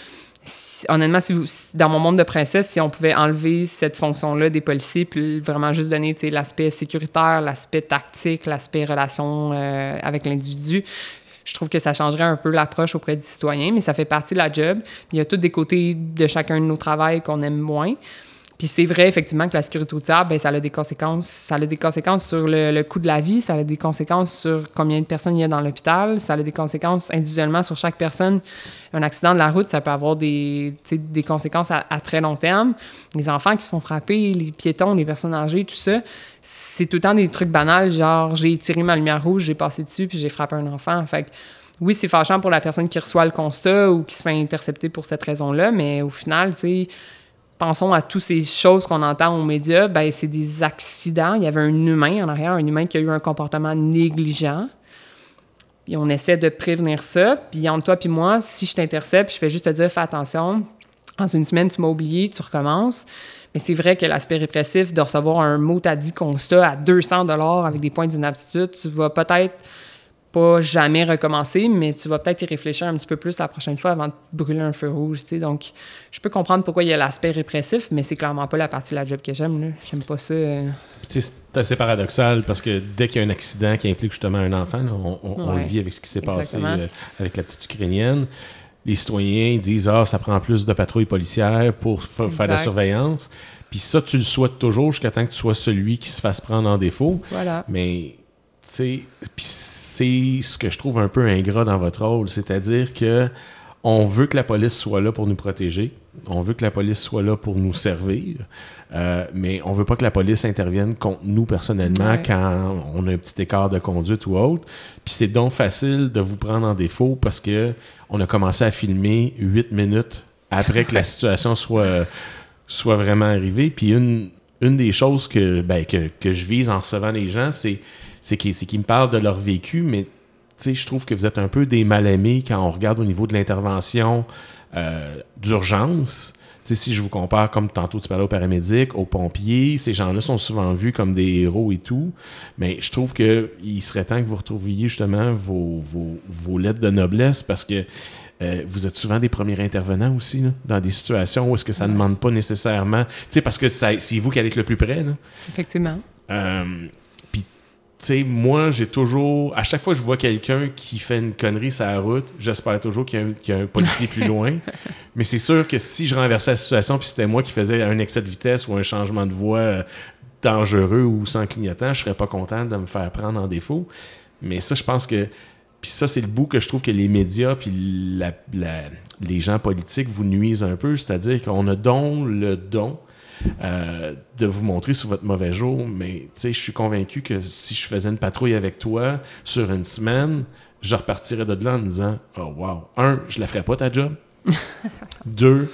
Si, honnêtement, si vous, dans mon monde de princesse, si on pouvait enlever cette fonction-là des policiers puis vraiment juste donner l'aspect sécuritaire, l'aspect tactique, l'aspect relation euh, avec l'individu, je trouve que ça changerait un peu l'approche auprès des citoyens, mais ça fait partie de la job. Il y a tous des côtés de chacun de nos travails qu'on aime moins. Puis c'est vrai, effectivement, que la sécurité routière, bien, ça a des conséquences. Ça a des conséquences sur le, le coût de la vie, ça a des conséquences sur combien de personnes il y a dans l'hôpital, ça a des conséquences individuellement sur chaque personne. Un accident de la route, ça peut avoir des, des conséquences à, à très long terme. Les enfants qui se font frapper, les piétons, les personnes âgées, tout ça, c'est tout le temps des trucs banals, genre j'ai tiré ma lumière rouge, j'ai passé dessus, puis j'ai frappé un enfant. Fait que, oui, c'est fâchant pour la personne qui reçoit le constat ou qui se fait intercepter pour cette raison-là, mais au final, tu sais, pensons à toutes ces choses qu'on entend aux médias, ben c'est des accidents. Il y avait un humain en arrière, un humain qui a eu un comportement négligent. Puis on essaie de prévenir ça. Puis entre toi puis moi, si je t'intercepte, je fais juste te dire « fais attention, dans une semaine, tu m'as oublié, tu recommences ». Mais c'est vrai que l'aspect répressif de recevoir un mot t'as dit constat à deux cents dollars avec des points d'inaptitude, tu vas peut-être pas jamais recommencer, mais tu vas peut-être y réfléchir un petit peu plus la prochaine fois avant de brûler un feu rouge, tu sais. Donc, je peux comprendre pourquoi il y a l'aspect répressif, mais c'est clairement pas la partie de la job que j'aime, là. J'aime pas ça. Euh... Tu sais, c'est assez paradoxal parce que dès qu'il y a un accident qui implique justement un enfant, là, on, on, ouais, on le vit avec ce qui s'est Exactement. passé euh, avec la petite Ukrainienne. Les citoyens disent « Ah, ça prend plus de patrouilles policières pour f- faire de la surveillance. » Puis ça, tu le souhaites toujours jusqu'à temps que tu sois celui qui se fasse prendre en défaut. Voilà. Mais, tu sais... c'est ce que je trouve un peu ingrat dans votre rôle, c'est-à-dire que on veut que la police soit là pour nous protéger, on veut que la police soit là pour nous servir, euh, mais on veut pas que la police intervienne contre nous personnellement ouais. quand on a un petit écart de conduite ou autre. Puis c'est donc facile de vous prendre en défaut parce que on a commencé à filmer huit minutes après que la situation soit, soit vraiment arrivée. Puis une, une des choses que, ben, que, que je vise en recevant les gens, c'est c'est qu'ils, c'est qu'ils me parlent de leur vécu, mais je trouve que vous êtes un peu des mal-aimés quand on regarde au niveau de l'intervention euh, d'urgence. T'sais, si je vous compare, comme tantôt tu parlais aux paramédics, aux pompiers, ces gens-là sont souvent vus comme des héros et tout, mais je trouve qu'il serait temps que vous retrouviez justement vos, vos, vos lettres de noblesse parce que euh, vous êtes souvent des premiers intervenants aussi, là, dans des situations où est-ce que ça ne demande pas nécessairement... Parce que ça, c'est vous qui allez être le plus près. Là. Effectivement. Euh, Tu sais, moi, j'ai toujours... À chaque fois que je vois quelqu'un qui fait une connerie sur la route, j'espère toujours qu'il y a un, qu'il y a un policier plus loin. Mais c'est sûr que si je renversais la situation puis c'était moi qui faisais un excès de vitesse ou un changement de voie euh, dangereux ou sans clignotant, je serais pas content de me faire prendre en défaut. Mais ça, je pense que... Puis ça, c'est le bout que je trouve que les médias puis la, la, les gens politiques vous nuisent un peu. C'est-à-dire qu'on a donc le don... Euh, de vous montrer sous votre mauvais jour, mais je suis convaincu que si je faisais une patrouille avec toi sur une semaine, je repartirais de là en me disant « Oh wow, un, je la ferais pas ta job. Deux,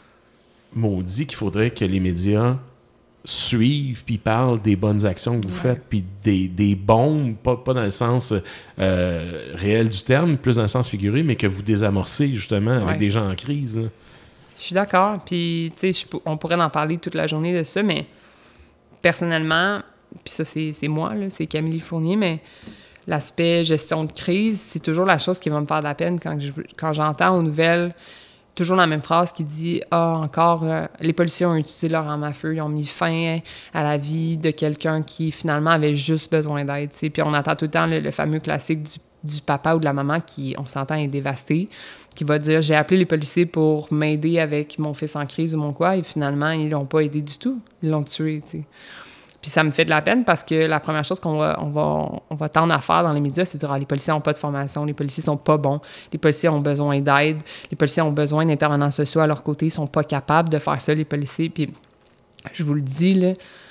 maudit qu'il faudrait que les médias suivent puis parlent des bonnes actions que vous ouais. faites, puis des, des bombes, pas, pas dans le sens euh, réel du terme, plus dans le sens figuré, mais que vous désamorcez justement avec ouais. des gens en crise. Là. » Je suis d'accord. Puis, tu sais, on pourrait en parler toute la journée de ça, mais personnellement, puis ça, c'est, c'est moi, là, c'est Camille Fournier, mais l'aspect gestion de crise, c'est toujours la chose qui va me faire de la peine quand, je, quand j'entends aux nouvelles toujours la même phrase qui dit « Ah, encore, euh, les policiers ont utilisé leur arme à feu, ils ont mis fin à la vie de quelqu'un qui, finalement, avait juste besoin d'aide. » Puis on entend tout le temps le, le fameux classique du du papa ou de la maman qui, on s'entend, est dévasté, qui va dire « J'ai appelé les policiers pour m'aider avec mon fils en crise ou mon quoi », et finalement, ils l'ont pas aidé du tout. Ils l'ont tué, tu sais. Puis ça me fait de la peine parce que la première chose qu'on va, on va, on va tendre à faire dans les médias, c'est de dire ah, « Les policiers n'ont pas de formation, les policiers sont pas bons, les policiers ont besoin d'aide, les policiers ont besoin d'intervenants sociaux à leur côté, ils sont pas capables de faire ça, les policiers. » Puis je vous le dis, là,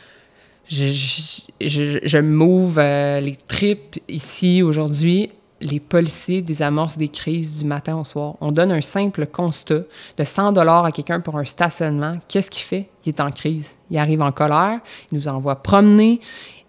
je, je, je, je m'ouvre euh, les tripes ici, aujourd'hui. Les policiers désamorcent des crises du matin au soir. On donne un simple constat de cent dollars à quelqu'un pour un stationnement. Qu'est-ce qu'il fait? Il est en crise. Il arrive en colère, il nous envoie promener,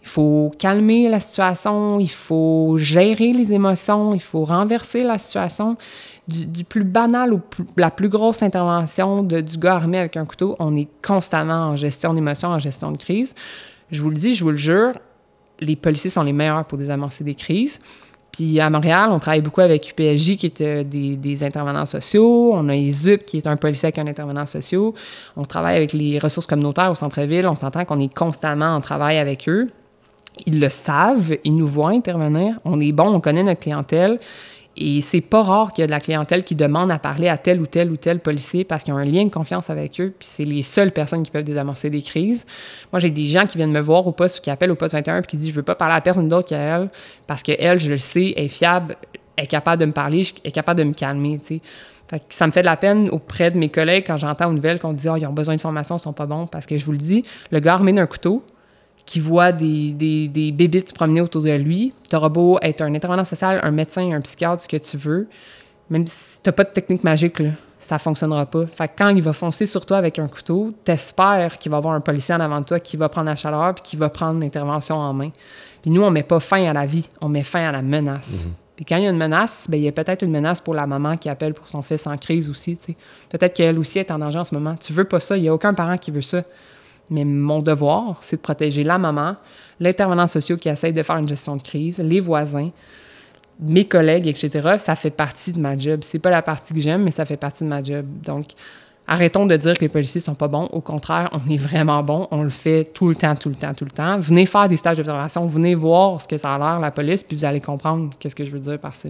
Il faut calmer la situation, il faut gérer les émotions, il faut renverser la situation. Du, du plus banal au plus, la plus grosse intervention de, du gars armé avec un couteau, on est constamment en gestion d'émotions, en gestion de crise. Je vous le dis, je vous le jure, les policiers sont les meilleurs pour désamorcer des crises. Puis à Montréal, on travaille beaucoup avec U P S J, qui est euh, des, des intervenants sociaux. On a I S U P, qui est un policier avec un intervenant social. On travaille avec les ressources communautaires au centre-ville. On s'entend qu'on est constamment en travail avec eux. Ils le savent, ils nous voient intervenir. On est bon, on connaît notre clientèle. Et c'est pas rare qu'il y a de la clientèle qui demande à parler à tel ou tel ou tel policier parce qu'ils ont un lien de confiance avec eux, puis c'est les seules personnes qui peuvent désamorcer des crises. Moi, j'ai des gens qui viennent me voir au poste ou qui appellent au poste vingt et un puis qui disent « Je veux pas parler à personne d'autre qu'à elle parce qu'elle, je le sais, est fiable, est capable de me parler, est capable de me calmer. » tu sais. Fait que ça me fait de la peine auprès de mes collègues quand j'entends aux nouvelles qu'on dit « Ah, oh, ils ont besoin de formation, ils sont pas bons. » Parce que je vous le dis, le gars armé d'un couteau, qui voit des, des, des bébites se promener autour de lui. T'auras beau être un intervenant social, un médecin, un psychiatre, ce que tu veux, même si t'as pas de technique magique, là, ça fonctionnera pas. Fait que quand il va foncer sur toi avec un couteau, t'espères qu'il va y avoir un policier en avant de toi qui va prendre la chaleur puis qui va prendre l'intervention en main. Puis nous, on met pas fin à la vie, on met fin à la menace. Mm-hmm. Puis quand il y a une menace, bien, il y a peut-être une menace pour la maman qui appelle pour son fils en crise aussi, tu sais. Peut-être qu'elle aussi est en danger en ce moment. Tu veux pas ça, il y a aucun parent qui veut ça. Mais mon devoir, c'est de protéger la maman, l'intervenant social qui essaye de faire une gestion de crise, les voisins, mes collègues, et cetera. Ça fait partie de ma job. C'est pas la partie que j'aime, mais ça fait partie de ma job. Donc, arrêtons de dire que les policiers sont pas bons. Au contraire, on est vraiment bons. On le fait tout le temps, tout le temps, tout le temps. Venez faire des stages d'observation. Venez voir ce que ça a l'air, la police, puis vous allez comprendre qu'est-ce que je veux dire par ça.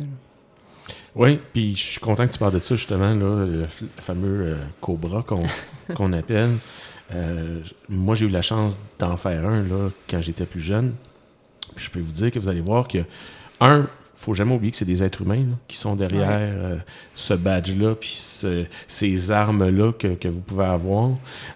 Oui, puis je suis content que tu parles de ça, justement, là, le, le fameux euh, Cobra qu'on, qu'on appelle. Euh, moi, j'ai eu la chance d'en faire un là, quand j'étais plus jeune. Puis je peux vous dire que vous allez voir que, un, il ne faut jamais oublier que c'est des êtres humains là, qui sont derrière ouais. euh, ce badge-là, puis ce, ces armes-là que, que vous pouvez avoir.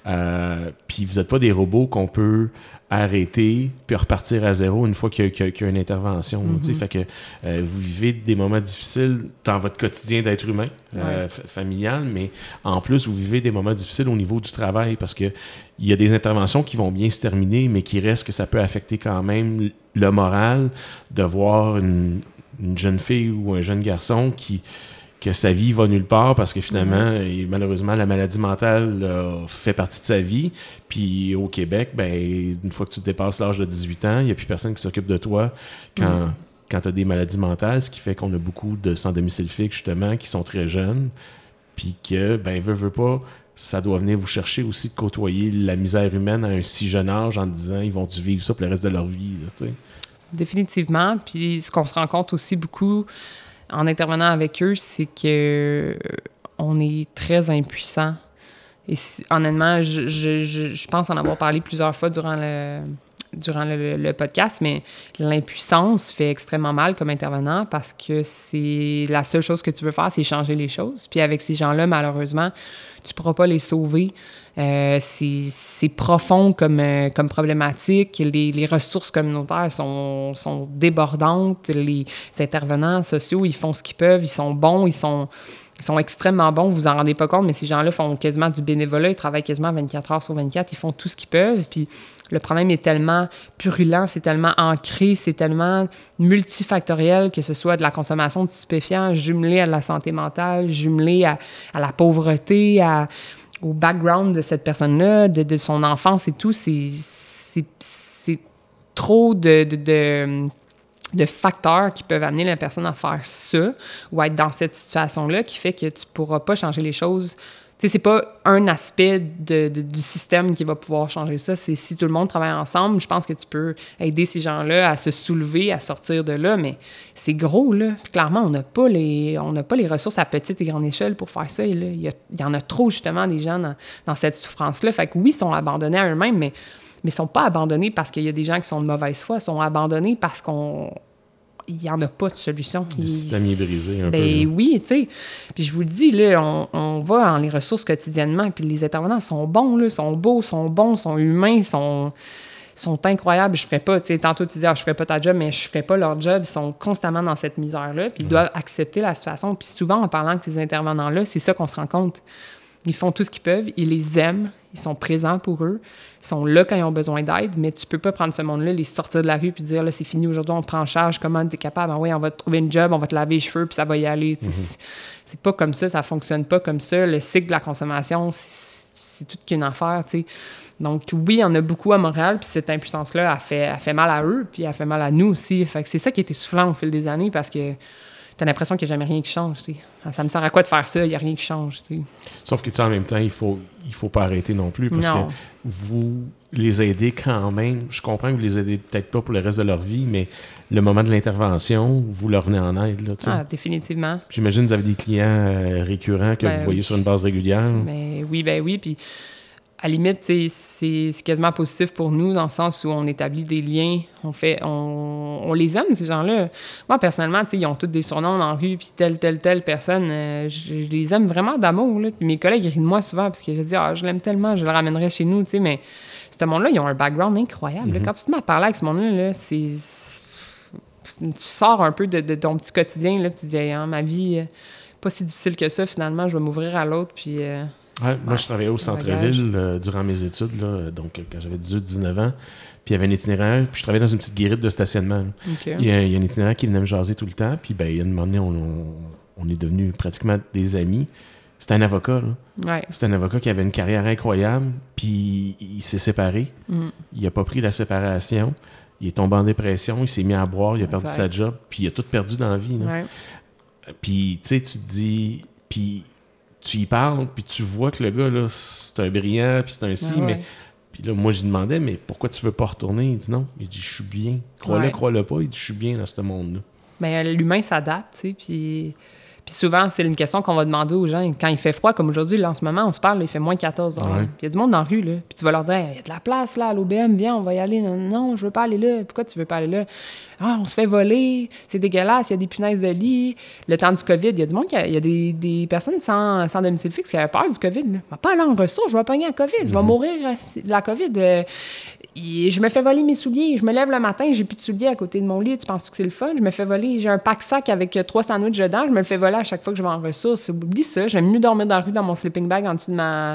Euh, puis vous n'êtes pas des robots qu'on peut arrêter puis repartir à zéro une fois qu'il y a, qu'il y a, qu'il y a une intervention. Mm-hmm. Fait que euh, vous vivez des moments difficiles dans votre quotidien d'être humain, ouais. euh, f- familial, mais en plus, vous vivez des moments difficiles au niveau du travail parce que il y a des interventions qui vont bien se terminer, mais qui reste que ça peut affecter quand même le moral de voir une, une jeune fille ou un jeune garçon qui que sa vie va nulle part parce que finalement, mm-hmm. et malheureusement, la maladie mentale euh, fait partie de sa vie. Puis au Québec, ben une fois que tu dépasses l'âge de dix-huit ans, il n'y a plus personne qui s'occupe de toi quand, mm-hmm. quand tu as des maladies mentales, ce qui fait qu'on a beaucoup de sans-domicile fixe, justement, qui sont très jeunes. Puis que, ben veut, veut pas, ça doit venir vous chercher aussi de côtoyer la misère humaine à un si jeune âge en disant ils vont-tu vivre ça pour le reste de leur vie, là, tu sais. Définitivement. Puis ce qu'on se rend compte aussi beaucoup en intervenant avec eux, c'est que on est très impuissant. Et si, honnêtement, je, je, je, je pense en avoir parlé plusieurs fois durant le, durant le, le podcast, mais l'impuissance fait extrêmement mal comme intervenant parce que c'est la seule chose que tu veux faire, c'est changer les choses. Puis avec ces gens-là, malheureusement, tu ne pourras pas les sauver. Euh, c'est, c'est profond comme, euh, comme problématique. Les, les ressources communautaires sont, sont débordantes. Les intervenants sociaux, ils font ce qu'ils peuvent. Ils sont bons, ils sont, ils sont extrêmement bons. Vous vous en rendez pas compte, mais ces gens-là font quasiment du bénévolat. Ils travaillent quasiment vingt-quatre heures sur vingt-quatre. Ils font tout ce qu'ils peuvent. Puis le problème est tellement purulent, c'est tellement ancré, c'est tellement multifactoriel, que ce soit de la consommation de stupéfiants jumelé à la santé mentale, jumelé à, à la pauvreté, à... au background de cette personne-là, de, de son enfance et tout, c'est, c'est, c'est trop de, de, de, de facteurs qui peuvent amener la personne à faire ça ou à être dans cette situation-là qui fait que tu ne pourras pas changer les choses. Tu sais, c'est pas un aspect de, de, du système qui va pouvoir changer ça. C'est si tout le monde travaille ensemble, je pense que tu peux aider ces gens-là à se soulever, à sortir de là, mais c'est gros, là. Puis clairement, on n'a pas les on n'a pas les ressources à petite et grande échelle pour faire ça. Et là, il y, a, il y en a trop, justement, des gens dans, dans cette souffrance-là. Fait que oui, ils sont abandonnés à eux-mêmes, mais, mais ils sont pas abandonnés parce qu'il y a des gens qui sont de mauvaise foi. Ils sont abandonnés parce qu'on... il n'y en a pas de solution. Le système est brisé un ben, peu. Ben oui, tu sais. Puis je vous le dis, là, on, on va dans les ressources quotidiennement, puis les intervenants sont bons, là, sont beaux, sont bons, sont humains, sont, sont incroyables. Je ne ferais pas, tu sais, tantôt tu disais, ah, je ne ferais pas ta job, mais je ne ferais pas leur job. Ils sont constamment dans cette misère-là, puis ils ouais. doivent accepter la situation. Puis souvent, en parlant avec ces intervenants-là, c'est ça qu'on se rend compte. Ils font tout ce qu'ils peuvent, ils les aiment, ils sont présents pour eux, ils sont là quand ils ont besoin d'aide, mais tu peux pas prendre ce monde-là, les sortir de la rue puis dire, là, c'est fini, aujourd'hui, on te prend en charge, comment t'es capable? Ah oui, on va te trouver une job, on va te laver les cheveux, puis ça va y aller. Mm-hmm. C'est, c'est pas comme ça, ça fonctionne pas comme ça. Le cycle de la consommation, c'est, c'est toute qu'une affaire, tu sais. Donc, oui, il y en a beaucoup à Montréal, puis cette impuissance-là, elle fait, elle fait mal à eux, puis elle fait mal à nous aussi. Fait que c'est ça qui a été soufflant au fil des années, parce que t'as l'impression qu'il n'y a jamais rien qui change, tu sais. Ça me sert à quoi de faire ça? Il n'y a rien qui change, tu sais. Sauf que, tu sais, en même temps, il faut, il faut pas arrêter non plus, parce non. que vous les aidez quand même. Je comprends que vous les aidez peut-être pas pour le reste de leur vie, mais le moment de l'intervention, vous leur venez en aide, là, tu sais. Ah, définitivement. J'imagine que vous avez des clients euh, récurrents que ben, vous voyez sur une base régulière. Ben, oui, ben oui, puis à la limite, c'est, c'est quasiment positif pour nous dans le sens où on établit des liens, on fait, on, on les aime, ces gens-là. Moi, personnellement, ils ont tous des surnoms dans la rue, puis telle, telle, telle personne, euh, je, je les aime vraiment d'amour. Là. Puis mes collègues rient de moi souvent parce que je dis, ah, je l'aime tellement, je le ramènerai chez nous, tu sais, mais ce monde-là, ils ont un background incroyable. Mm-hmm. Là. Quand tu te mets à parler avec ce monde-là, là, c'est, tu sors un peu de, de ton petit quotidien, là, puis tu dis, hein, ma vie, euh, pas si difficile que ça, finalement, je vais m'ouvrir à l'autre, puis... Euh, Ouais, moi, je travaillais au centre-ville euh, durant mes études, là, donc quand j'avais dix-huit dix-neuf ans. Puis il y avait un itinéraire, puis je travaillais dans une petite guérite de stationnement. Okay. Il, y a, il y a un itinéraire qui venait me jaser tout le temps, puis ben, il y a un moment donné, on, on, on est devenus pratiquement des amis. C'était un avocat, là. Ouais. C'était un avocat qui avait une carrière incroyable, puis il s'est séparé. Mm. Il n'a pas pris la séparation. Il est tombé en dépression, il s'est mis à boire, il a perdu sa job, puis il a tout perdu dans la vie. Là. Ouais. Puis, tu sais, tu te dis... Puis, tu y parles, puis tu vois que le gars, là, c'est un brillant, puis c'est un ci, ah ouais. mais... Puis là, moi, je lui demandais, mais pourquoi tu veux pas retourner? Il dit non. Il dit, je suis bien. Crois-le, ouais. crois-le pas. Il dit, je suis bien dans ce monde-là. Bien, l'humain s'adapte, tu sais, puis... Puis souvent, c'est une question qu'on va demander aux gens. Quand il fait froid, comme aujourd'hui, là, en ce moment, on se parle, là, il fait moins quatorze heures. Ouais. Puis il y a du monde dans la rue, là. Puis tu vas leur dire, il y a de la place, là, à l'O B M, viens, on va y aller. Non, non, je veux pas aller là. Pourquoi tu veux pas aller là? Ah, on se fait voler, c'est dégueulasse, il y a des punaises de lit. Le temps du COVID, il y a du monde, qui a, il y a des, des personnes sans, sans domicile fixe qui avaient peur du COVID. Là. Je vais pas aller en ressources, je vais pogner la COVID, mm-hmm. je vais mourir de la COVID. Euh, je me fais voler mes souliers. Je me lève le matin, j'ai plus de souliers à côté de mon lit. Tu penses que c'est le fun? Je me fais voler. J'ai un pack-sac avec trois sandwichs dedans. Je me le fais voler à chaque fois que je vais en ressources. Oublie ça. J'aime mieux dormir dans la rue dans mon sleeping bag en dessous de ma,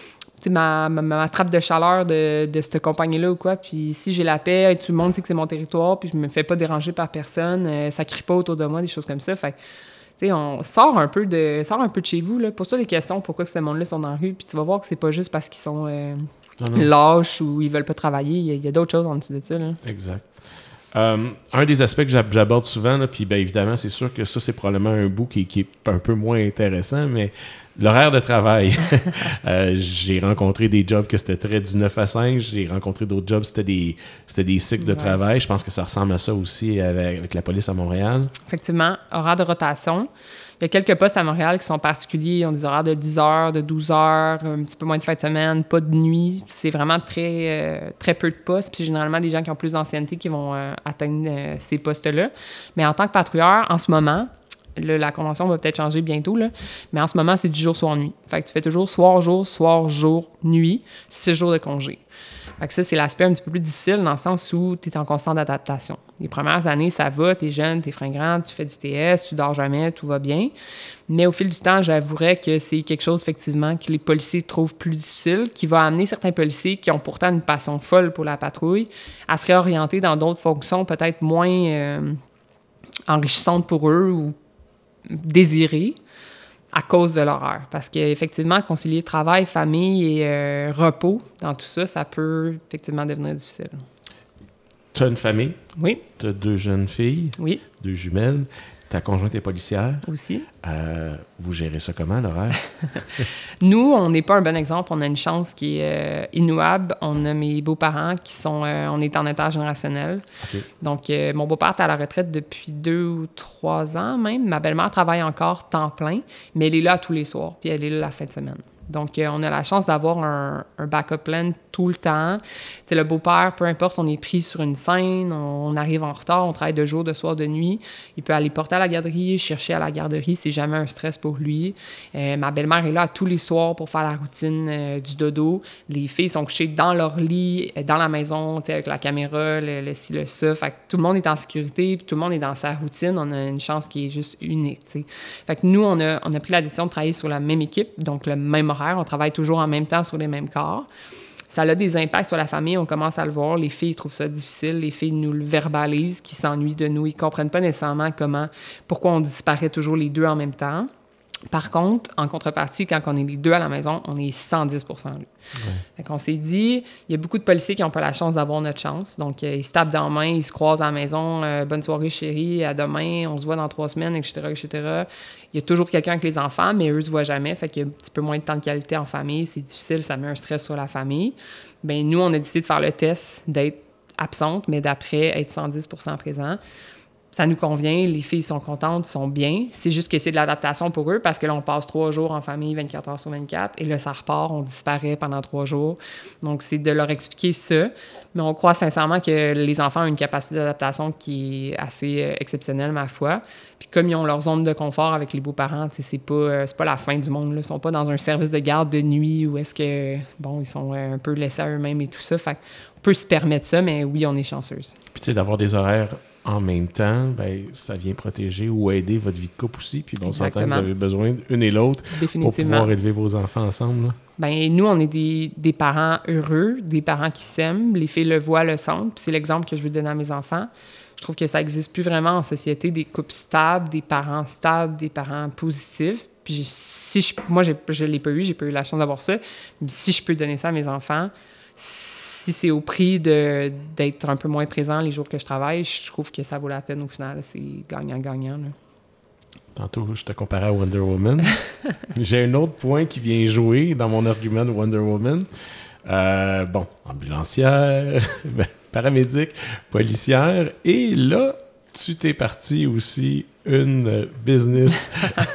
ma, ma, ma trappe de chaleur de, de cette compagnie-là ou quoi. Puis si j'ai la paix, tout le monde sait que c'est mon territoire, puis je me fais pas déranger par personne. Euh, ça crie pas autour de moi, des choses comme ça. Fait que, tu sais, on sort un peu de, sort un peu de chez vous. Là. Pose-toi des questions pourquoi que ce monde-là sont dans la rue. Puis tu vas voir que c'est pas juste parce qu'ils sont... Euh, Non, non. lâches ou ils veulent pas travailler. Il y a, il y a d'autres choses en dessous de ça. Là. Exact. Euh, un des aspects que j'aborde souvent, là, puis bien évidemment, c'est sûr que ça, c'est probablement un bout qui, qui est un peu moins intéressant, mais l'horaire de travail. euh, j'ai rencontré des jobs que c'était très du neuf à cinq. J'ai rencontré d'autres jobs, c'était des, c'était des cycles de ouais. travail. Je pense que ça ressemble à ça aussi avec, avec la police à Montréal. Effectivement, horaire de rotation. Il y a quelques postes à Montréal qui sont particuliers. Ils ont des horaires de dix heures, de douze heures, un petit peu moins de fin de semaine, pas de nuit. C'est vraiment très, euh, très peu de postes. Puis c'est généralement des gens qui ont plus d'ancienneté qui vont euh, atteindre euh, ces postes-là. Mais en tant que patrouilleur, en ce moment, là, la convention va peut-être changer bientôt, là, mais en ce moment, c'est du jour, soir, nuit. Fait que tu fais toujours soir, jour, soir, jour, nuit, six jours de congé. Fait que ça, c'est l'aspect un petit peu plus difficile dans le sens où tu es en constante adaptation. Les premières années, ça va, tu es jeune, tu es fringant, tu fais du T S, tu dors jamais, tout va bien. Mais au fil du temps, j'avouerais que c'est quelque chose, effectivement, que les policiers trouvent plus difficile, qui va amener certains policiers qui ont pourtant une passion folle pour la patrouille à se réorienter dans d'autres fonctions peut-être moins euh, enrichissantes pour eux ou désirées à cause de l'horaire. Parce qu'effectivement, concilier travail, famille et euh, repos, dans tout ça, ça peut effectivement devenir difficile. Tu as une famille? Oui. Tu as deux jeunes filles? Oui. Deux jumelles. Ta conjointe est policière? Aussi. Euh, vous gérez ça comment, l'horaire? Nous, on n'est pas un bon exemple. On a une chance qui est euh, inouable. On a mes beaux-parents qui sont... Euh, on est en intergénérationnel. Okay. Donc, euh, mon beau-père est à la retraite depuis deux ou trois ans même. Ma belle-mère travaille encore temps plein, mais elle est là tous les soirs, puis elle est là la fin de semaine. Donc, euh, on a la chance d'avoir un, un backup plan tout le temps. T'sais, le beau-père, peu importe, on est pris sur une scène, on, on arrive en retard, on travaille de jour, de soir, de nuit. Il peut aller porter à la garderie, chercher à la garderie, c'est jamais un stress pour lui. Euh, ma belle-mère est là tous les soirs pour faire la routine euh, du dodo. Les filles sont couchées dans leur lit, euh, dans la maison, avec la caméra, le, le ci, le ça. Fait que tout le monde est en sécurité, puis tout le monde est dans sa routine. On a une chance qui est juste unique, t'sais. Fait que nous, on a, on a pris la décision de travailler sur la même équipe, donc le même horaire, on travaille toujours en même temps sur les mêmes corps. Ça a des impacts sur la famille, on commence à le voir. Les filles trouvent ça difficile, les filles nous le verbalisent, qui s'ennuient de nous, ils comprennent pas nécessairement comment, pourquoi on disparaît toujours les deux en même temps. Par contre, en contrepartie, quand on est les deux à la maison, on est cent dix pour cent là. Ouais. Fait qu'on s'est dit, il y a beaucoup de policiers qui n'ont pas la chance d'avoir notre chance. Donc, euh, ils se tapent dans la main, ils se croisent à la maison. Euh, bonne soirée, chérie, à demain, on se voit dans trois semaines, et cetera, et cetera. Il y a toujours quelqu'un avec les enfants, mais eux ne se voient jamais. Fait qu'il y a un petit peu moins de temps de qualité en famille. C'est difficile, ça met un stress sur la famille. Bien, nous, on a décidé de faire le test, d'être absente, mais d'après être cent dix pour cent présent. Ça nous convient, les filles sont contentes, sont bien. C'est juste que c'est de l'adaptation pour eux parce que là, on passe trois jours en famille, vingt-quatre heures sur vingt-quatre, et là, ça repart, on disparaît pendant trois jours. Donc, c'est de leur expliquer ça. Mais on croit sincèrement que les enfants ont une capacité d'adaptation qui est assez euh, exceptionnelle, ma foi. Puis comme ils ont leur zone de confort avec les beaux-parents, c'est pas, euh, c'est pas la fin du monde, là. Ils sont pas dans un service de garde de nuit où est-ce que, bon, ils sont euh, un peu laissés à eux-mêmes et tout ça. Fait qu'on peut se permettre ça, mais oui, on est chanceuse. Puis tu sais, d'avoir des horaires en même temps, ben, ça vient protéger ou aider votre vie de couple aussi. Puis bon, on s'entend que vous avez besoin une et l'autre pour pouvoir élever vos enfants ensemble. Là. Ben, nous, on est des, des parents heureux, des parents qui s'aiment. Les filles le voient, le sentent. Puis c'est l'exemple que je veux donner à mes enfants. Je trouve que ça n'existe plus vraiment en société, des couples stables, des parents stables, des parents positifs. Puis si je, moi, j'ai, je ne l'ai pas eu, j'ai pas eu la chance d'avoir ça. Mais si je peux donner ça à mes enfants, si c'est au prix de, d'être un peu moins présent les jours que je travaille, je trouve que ça vaut la peine au final. C'est gagnant-gagnant. Là. Tantôt, je te comparais à Wonder Woman. J'ai un autre point qui vient jouer dans mon argument de Wonder Woman. Euh, bon, ambulancière, paramédic, policière. Et là, tu t'es parti aussi une business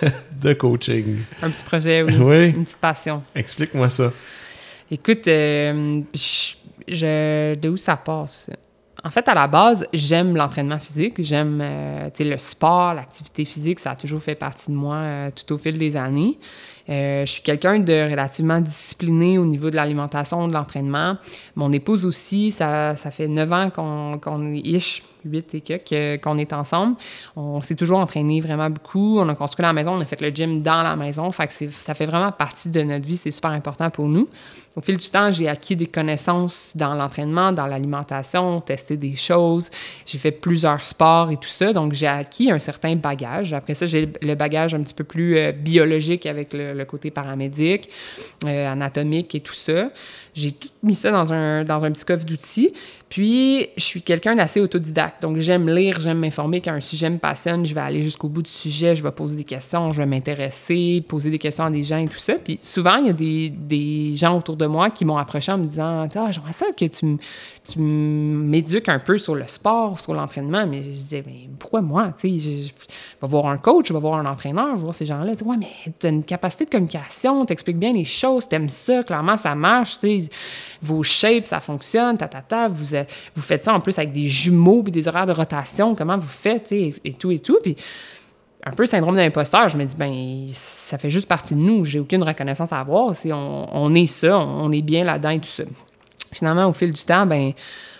de coaching. Un petit projet, oui. Oui. Une petite passion. Explique-moi ça. Écoute, euh, je, je, de où ça passe? En fait, à la base, j'aime l'entraînement physique. J'aime euh, le sport, l'activité physique. Ça a toujours fait partie de moi euh, tout au fil des années. Euh, je suis quelqu'un de relativement discipliné au niveau de l'alimentation, de l'entraînement. Mon épouse aussi, ça, ça fait neuf ans qu'on, qu'on est ish, huit et quelques, qu'on est ensemble. On s'est toujours entraîné vraiment beaucoup. On a construit la maison, on a fait le gym dans la maison. Fait que c'est, ça fait vraiment partie de notre vie. C'est super important pour nous. Au fil du temps, j'ai acquis des connaissances dans l'entraînement, dans l'alimentation, testé des choses. J'ai fait plusieurs sports et tout ça. Donc, j'ai acquis un certain bagage. Après ça, j'ai le bagage un petit peu plus euh, biologique avec le, le côté paramédic, euh, anatomique et tout ça. J'ai tout mis ça dans un, dans un petit coffre d'outils. Puis, je suis quelqu'un d'assez autodidacte. Donc, j'aime lire, j'aime m'informer. Quand un sujet me passionne, je vais aller jusqu'au bout du sujet, je vais poser des questions, je vais m'intéresser, poser des questions à des gens et tout ça. Puis, souvent, il y a des, des gens autour de moi qui m'ont approché en me disant « Ah, j'aimerais ça que tu, m- tu m'éduques un peu sur le sport, sur l'entraînement. » Mais je disais « Mais pourquoi moi? Tu sais, je, je vais voir un coach, je vais voir un entraîneur, je vais voir ces gens-là. Tu sais, ouais, mais tu as une capacité de communication, tu expliques bien les choses, tu aimes ça, clairement, ça marche, tu sais. Vos shapes, ça fonctionne, ta, ta, ta, vous, êtes, vous faites ça en plus avec des jumeaux puis des horaires de rotation, comment vous faites, tu sais, et, et tout, et tout. » Puis un peu syndrome de l'imposteur, je me dis, ben ça fait juste partie de nous, j'ai aucune reconnaissance à avoir, c'est, on, on est ça, on, on est bien là-dedans et tout ça. Finalement, au fil du temps, ben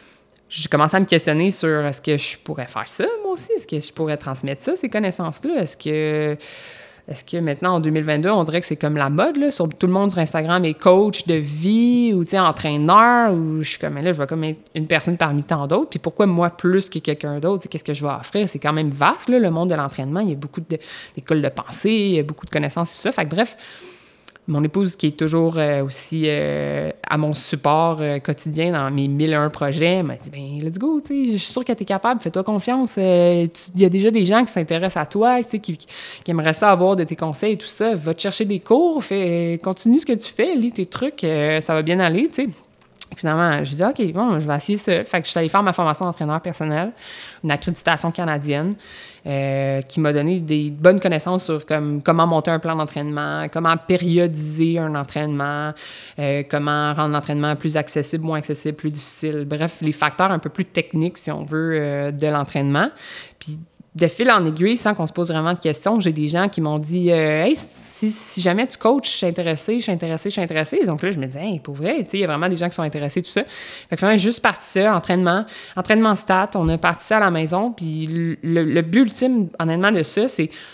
j'ai commencé à me questionner sur est-ce que je pourrais faire ça, moi aussi, est-ce que je pourrais transmettre ça, ces connaissances-là, est-ce que... Est-ce que maintenant, en deux mille vingt-deux, on dirait que c'est comme la mode, là, sur tout le monde sur Instagram est coach de vie ou, tu sais, entraîneur, ou je suis comme, là, je vois comme être une personne parmi tant d'autres. Puis pourquoi moi plus que quelqu'un d'autre? Qu'est-ce que je vais offrir? C'est quand même vaste, là, le monde de l'entraînement. Il y a beaucoup de, d'écoles de pensée, il y a beaucoup de connaissances, tout ça. Fait que bref, mon épouse, qui est toujours euh, aussi euh, à mon support euh, quotidien dans mes mille et un projets, m'a dit « Ben, let's go, tu sais, je suis sûre que tu es capable, fais-toi confiance. Il euh, y a déjà des gens qui s'intéressent à toi, tu sais, qui, qui aimeraient ça avoir de tes conseils et tout ça. Va te chercher des cours, fais, continue ce que tu fais, lis tes trucs, euh, ça va bien aller, tu sais. » Finalement, j'ai dit « OK, bon, je vais essayer ça. » Fait que je suis allée faire ma formation d'entraîneur personnel, une accréditation canadienne, euh, qui m'a donné des bonnes connaissances sur comme, comment monter un plan d'entraînement, comment périodiser un entraînement, euh, comment rendre l'entraînement plus accessible, moins accessible, plus difficile. Bref, les facteurs un peu plus techniques, si on veut, euh, de l'entraînement. Puis, de fil en aiguille, sans qu'on se pose vraiment de questions, j'ai des gens qui m'ont dit euh, « Hey, si, si jamais tu coaches, je suis intéressée, je suis intéressée, je suis intéressée. » Donc là, je me dis « Hey, pour vrai, tu sais, il y a vraiment des gens qui sont intéressés, tout ça. » Fait que finalement, juste parti ça, entraînement, entraînement stat, on a parti ça à la maison, puis le, le but ultime, honnêtement, de ça, c'est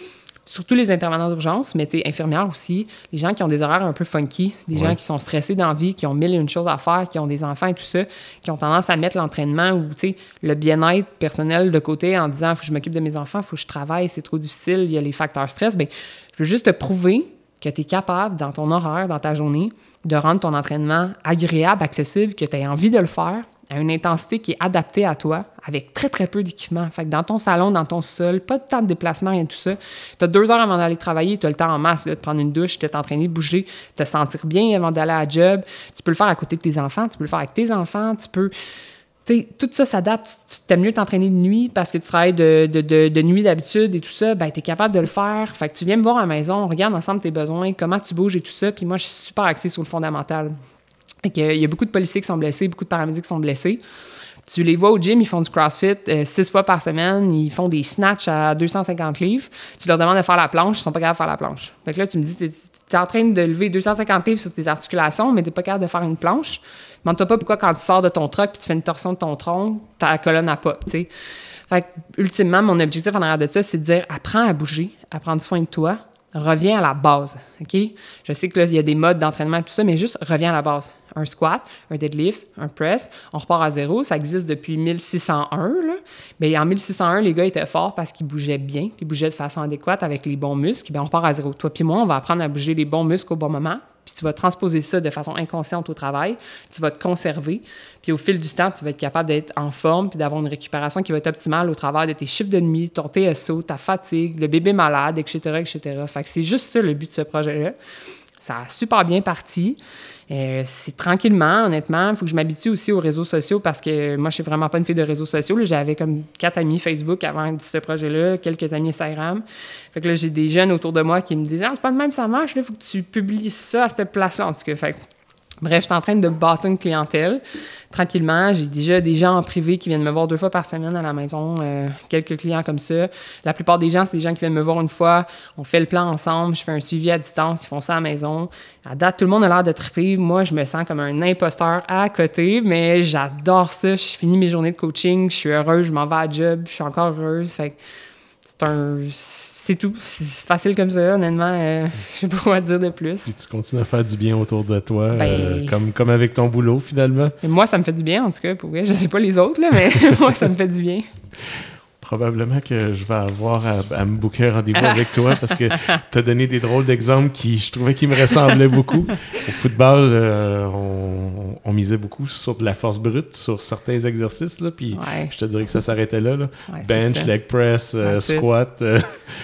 surtout les intervenants d'urgence, mais tu sais, infirmières aussi, les gens qui ont des horaires un peu funky, des ouais. gens qui sont stressés dans la vie, qui ont mille et une choses à faire, qui ont des enfants et tout ça, qui ont tendance à mettre l'entraînement ou, tu sais, le bien-être personnel de côté en disant « faut que je m'occupe de mes enfants, faut que je travaille, c'est trop difficile, il y a les facteurs stress », bien, je veux juste te prouver que tu es capable, dans ton horaire, dans ta journée, de rendre ton entraînement agréable, accessible, que tu aies envie de le faire, à une intensité qui est adaptée à toi, avec très, très peu d'équipement. Fait que dans ton salon, dans ton sol, pas de temps de déplacement, rien de tout ça. Tu as deux heures avant d'aller travailler, tu as le temps en masse là, de prendre une douche, de t'entraîner, de bouger, de te sentir bien avant d'aller à la job. Tu peux le faire à côté de tes enfants, tu peux le faire avec tes enfants, tu peux... Tu sais, tout ça s'adapte. Tu t'aimes mieux t'entraîner de nuit parce que tu travailles de, de, de, de nuit d'habitude et tout ça, ben tu es capable de le faire. Fait que tu viens me voir à la maison, on regarde ensemble tes besoins, comment tu bouges et tout ça, puis moi, je suis super axée sur le fondamental. Fait que, il y a beaucoup de policiers qui sont blessés, beaucoup de paramédics qui sont blessés. Tu les vois au gym, ils font du CrossFit euh, six fois par semaine, ils font des snatchs à deux cent cinquante livres. Tu leur demandes de faire la planche, ils sont pas capables de faire la planche. Fait que là, tu me dis, tu es en train de lever deux cent cinquante livres sur tes articulations, mais tu n'es pas capable de faire une planche. Demande-toi pas pourquoi quand tu sors de ton truck et tu fais une torsion de ton tronc, ta colonne n'a pas, tu sais. Fait que, ultimement, mon objectif en arrière de ça, c'est de dire, apprends à bouger, à prendre soin de toi, reviens à la base, OK? Je sais que là, il y a des modes d'entraînement et tout ça, mais juste reviens à la base. Un squat, un deadlift, un press, on repart à zéro. Ça existe depuis mille six cent un, là. Mais en mille six cent un, les gars étaient forts parce qu'ils bougeaient bien, ils bougeaient de façon adéquate avec les bons muscles. Bien, on repart à zéro. Toi puis moi, on va apprendre à bouger les bons muscles au bon moment, puis tu vas transposer ça de façon inconsciente au travail, tu vas te conserver, puis au fil du temps, tu vas être capable d'être en forme puis d'avoir une récupération qui va être optimale au travers de tes chiffres de nuit, ton T S O, ta fatigue, le bébé malade, et cetera, et cetera. Fait que c'est juste ça le but de ce projet-là. Ça a super bien parti. Euh, c'est tranquillement, honnêtement. Il faut que je m'habitue aussi aux réseaux sociaux parce que moi, je suis vraiment pas une fille de réseaux sociaux. Là, j'avais comme quatre amis Facebook avant ce projet-là, quelques amis Instagram. Fait que là, j'ai des jeunes autour de moi qui me disent « Ah, c'est pas de même, ça marche. Il faut que tu publies ça à cette place-là. » En tout cas, fait que, bref, je suis en train de bâtir une clientèle. Tranquillement, j'ai déjà des gens en privé qui viennent me voir deux fois par semaine à la maison, euh, quelques clients comme ça. La plupart des gens, c'est des gens qui viennent me voir une fois, on fait le plan ensemble, je fais un suivi à distance, ils font ça à la maison. À date, tout le monde a l'air de triper. Moi, je me sens comme un imposteur à côté, mais j'adore ça. Je finis mes journées de coaching, je suis heureuse, je m'en vais à la job, je suis encore heureuse. Fait que c'est un... C'est tout. C'est facile comme ça, honnêtement. Euh, je sais pas quoi dire de plus. Puis tu continues à faire du bien autour de toi, ben, euh, comme, comme avec ton boulot, finalement. Moi, ça me fait du bien, en tout cas, pour vrai. Je sais pas les autres, là, mais moi, ça me fait du bien. Probablement que je vais avoir à, à me booker un rendez-vous avec toi parce que tu as donné des drôles d'exemples qui, je trouvais qui me ressemblaient beaucoup. Au football, euh, on, on misait beaucoup sur de la force brute, sur certains exercices, là, puis ouais. je te dirais que ça s'arrêtait là. là. Ouais, Bench, leg press, euh, squat. Euh,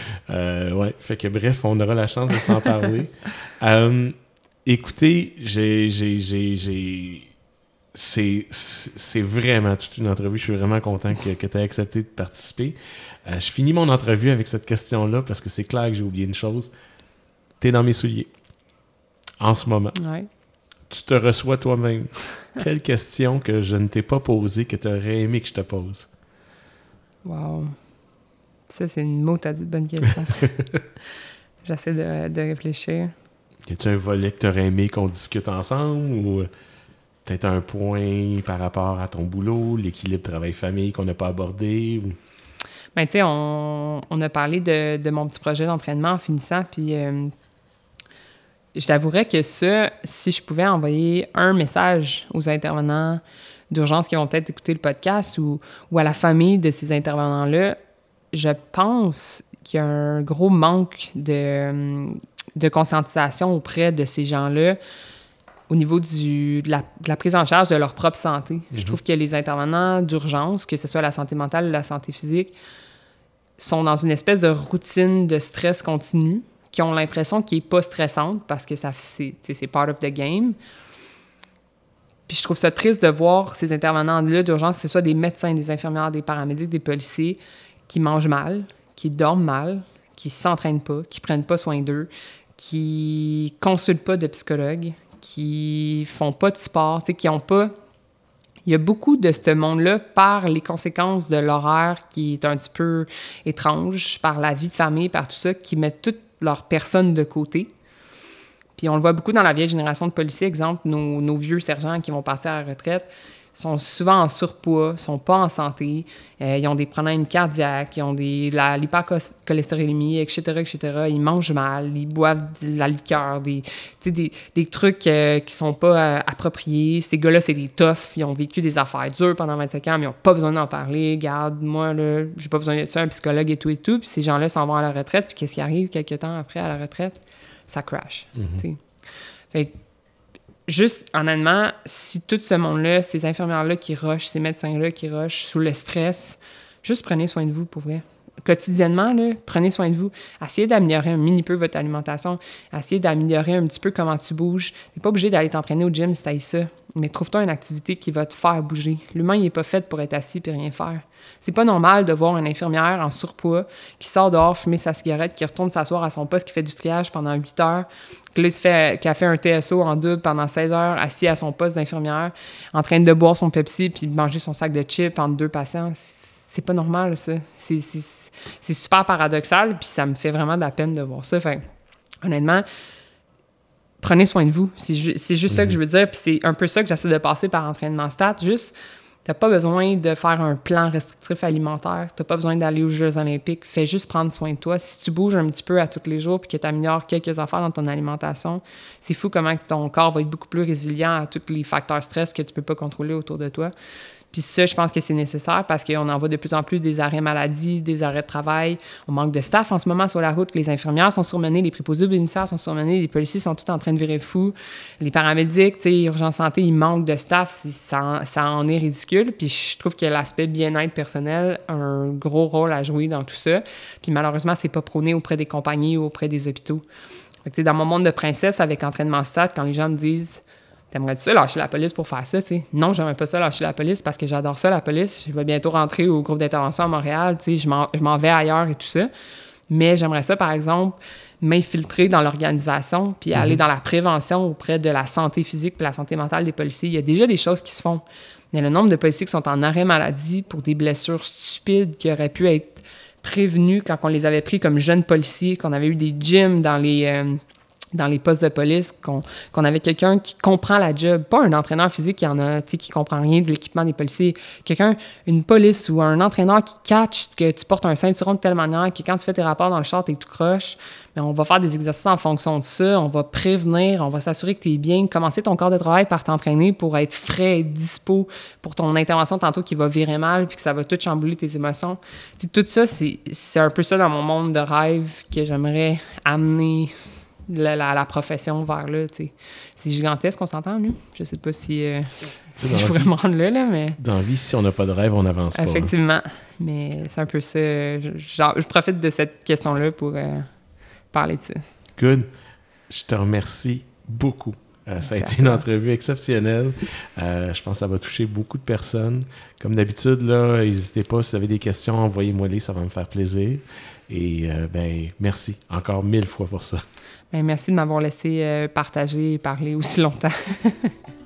euh, ouais, fait que bref, on aura la chance de s'en parler. euh, écoutez, j'ai... j'ai, j'ai, j'ai C'est, c'est vraiment toute une entrevue. Je suis vraiment content que, que tu aies accepté de participer. Euh, je finis mon entrevue avec cette question-là parce que c'est clair que j'ai oublié une chose. Tu es dans mes souliers en ce moment. Ouais. Tu te reçois toi-même. Quelle question que je ne t'ai pas posée que tu aurais aimé que je te pose? Wow. Ça, c'est une mot, t'as dit de bonne question. J'essaie de, de réfléchir. Y a-tu un volet que tu aurais aimé qu'on discute ensemble ou... peut-être un point par rapport à ton boulot, l'équilibre travail-famille qu'on n'a pas abordé? Ou... Bien, tu sais, on, on a parlé de, de mon petit projet d'entraînement en finissant, puis euh, je t'avouerais que ça, si je pouvais envoyer un message aux intervenants d'urgence qui vont peut-être écouter le podcast ou, ou à la famille de ces intervenants-là, je pense qu'il y a un gros manque de, de conscientisation auprès de ces gens-là au niveau du, de, la, de la prise en charge de leur propre santé. Mm-hmm. Je trouve que les intervenants d'urgence, que ce soit la santé mentale ou la santé physique, sont dans une espèce de routine de stress continu, qui ont l'impression qu'il n'est pas stressante parce que ça, c'est, c'est part of the game. Puis je trouve ça triste de voir ces intervenants-là d'urgence, que ce soit des médecins, des infirmières, des paramédics, des policiers, qui mangent mal, qui dorment mal, qui ne s'entraînent pas, qui ne prennent pas soin d'eux, qui ne consultent pas de psychologue, qui font pas de sport, tu sais, qui ont pas... Il y a beaucoup de ce monde-là, par les conséquences de l'horaire qui est un petit peu étrange, par la vie de famille, par tout ça, qui mettent toute leur personne de côté. Puis on le voit beaucoup dans la vieille génération de policiers, exemple, nos, nos vieux sergents qui vont partir à la retraite. sont souvent en surpoids, sont pas en santé, euh, ils ont des problèmes cardiaques, ils ont des, de la, l'hypercholestérolémie, et cetera, et cetera. Ils mangent mal, ils boivent de la liqueur, des, des, des trucs euh, qui sont pas euh, appropriés. Ces gars-là, c'est des toughs, ils ont vécu des affaires dures pendant vingt-cinq ans, mais ils n'ont pas besoin d'en parler. Regarde, moi, là, j'ai pas besoin de ça, un psychologue et tout et tout. Puis ces gens-là s'en vont à la retraite, puis qu'est-ce qui arrive quelques temps après à la retraite? Ça crash, mm-hmm. tu sais. Fait que, juste, honnêtement, si tout ce monde-là, ces infirmières-là qui rushent, ces médecins-là qui rushent sous le stress, juste prenez soin de vous, pour vrai. Quotidiennement, là, prenez soin de vous. Essayez d'améliorer un mini peu votre alimentation. Essayez d'améliorer un petit peu comment tu bouges. T'es pas obligé d'aller t'entraîner au gym si t'as ça, mais trouve-toi une activité qui va te faire bouger. L'humain, il est pas fait pour être assis et rien faire. C'est pas normal de voir une infirmière en surpoids qui sort dehors fumer sa cigarette, qui retourne s'asseoir à son poste, qui fait du triage pendant huit heures, que là, il fait, qui a fait un T S O en double pendant seize heures, assis à son poste d'infirmière, en train de boire son Pepsi puis de manger son sac de chips entre deux patients. C'est pas normal, ça. C'est, c'est, c'est super paradoxal, puis ça me fait vraiment de la peine de voir ça. Fait honnêtement, prenez soin de vous. C'est, ju- c'est juste mm-hmm. ça que je veux dire, puis c'est un peu ça que j'essaie de passer par entraînement stat. Juste, t'as pas besoin de faire un plan restrictif alimentaire, t'as pas besoin d'aller aux Jeux olympiques, fais juste prendre soin de toi. Si tu bouges un petit peu à tous les jours puis que tu améliores quelques affaires dans ton alimentation, c'est fou comment ton corps va être beaucoup plus résilient à tous les facteurs stress que tu peux pas contrôler autour de toi. Puis ça, je pense que c'est nécessaire parce qu'on en voit de plus en plus des arrêts maladie, des arrêts de travail. On manque de staff en ce moment sur la route. Les infirmières sont surmenées, les préposés bénéficiaires sont surmenés, les policiers sont tous en train de virer fous. Les paramédics, tu sais, urgence santé, ils manquent de staff. C'est, ça, ça en est ridicule. Puis je trouve que l'aspect bien-être personnel a un gros rôle à jouer dans tout ça. Puis malheureusement, c'est pas prôné auprès des compagnies ou auprès des hôpitaux. Fait que, tu sais, dans mon monde de princesse, avec entraînement stat, quand les gens me disent... T'aimerais-tu ça lâcher la police pour faire ça, tu sais? Non, j'aimerais pas ça lâcher la police parce que j'adore ça, la police. Je vais bientôt rentrer au groupe d'intervention à Montréal, tu sais, je m'en, je m'en vais ailleurs et tout ça. Mais j'aimerais ça, par exemple, m'infiltrer dans l'organisation puis mm-hmm. aller dans la prévention auprès de la santé physique puis la santé mentale des policiers. Il y a déjà des choses qui se font. Mais le nombre de policiers qui sont en arrêt maladie pour des blessures stupides qui auraient pu être prévenues quand on les avait pris comme jeunes policiers, qu'on avait eu des gyms dans les... Euh, dans les postes de police, qu'on, qu'on avait quelqu'un qui comprend la job, pas un entraîneur physique qui en a, tu sais, qui comprend rien de l'équipement des policiers, quelqu'un, une police ou un entraîneur qui catch que tu portes un ceinturon de telle manière que quand tu fais tes rapports dans le char, t'es tout croche, mais on va faire des exercices en fonction de ça, on va prévenir, on va s'assurer que t'es bien, commencer ton corps de travail par t'entraîner pour être frais et dispo pour ton intervention tantôt qui va virer mal puis que ça va tout chambouler tes émotions. T'sais, tout ça, c'est, c'est un peu ça dans mon monde de rêve que j'aimerais amener La, la, la profession vers là, tu sais. C'est gigantesque, on s'entend, nous? Je sais pas si, euh, si je pourrais me rendre là, là, mais... Dans la vie, si on n'a pas de rêve, on n'avance pas. Effectivement. Hein. Mais c'est un peu ça. Je, genre, je profite de cette question-là pour euh, parler de ça. Good. Je te remercie beaucoup. Euh, ça a été une entrevue exceptionnelle. Euh, je pense que ça va toucher beaucoup de personnes. Comme d'habitude, là, n'hésitez pas, si vous avez des questions, envoyez-moi-les, ça va me faire plaisir. Et euh, ben merci encore mille fois pour ça. Ben, merci de m'avoir laissé euh, partager et parler aussi longtemps.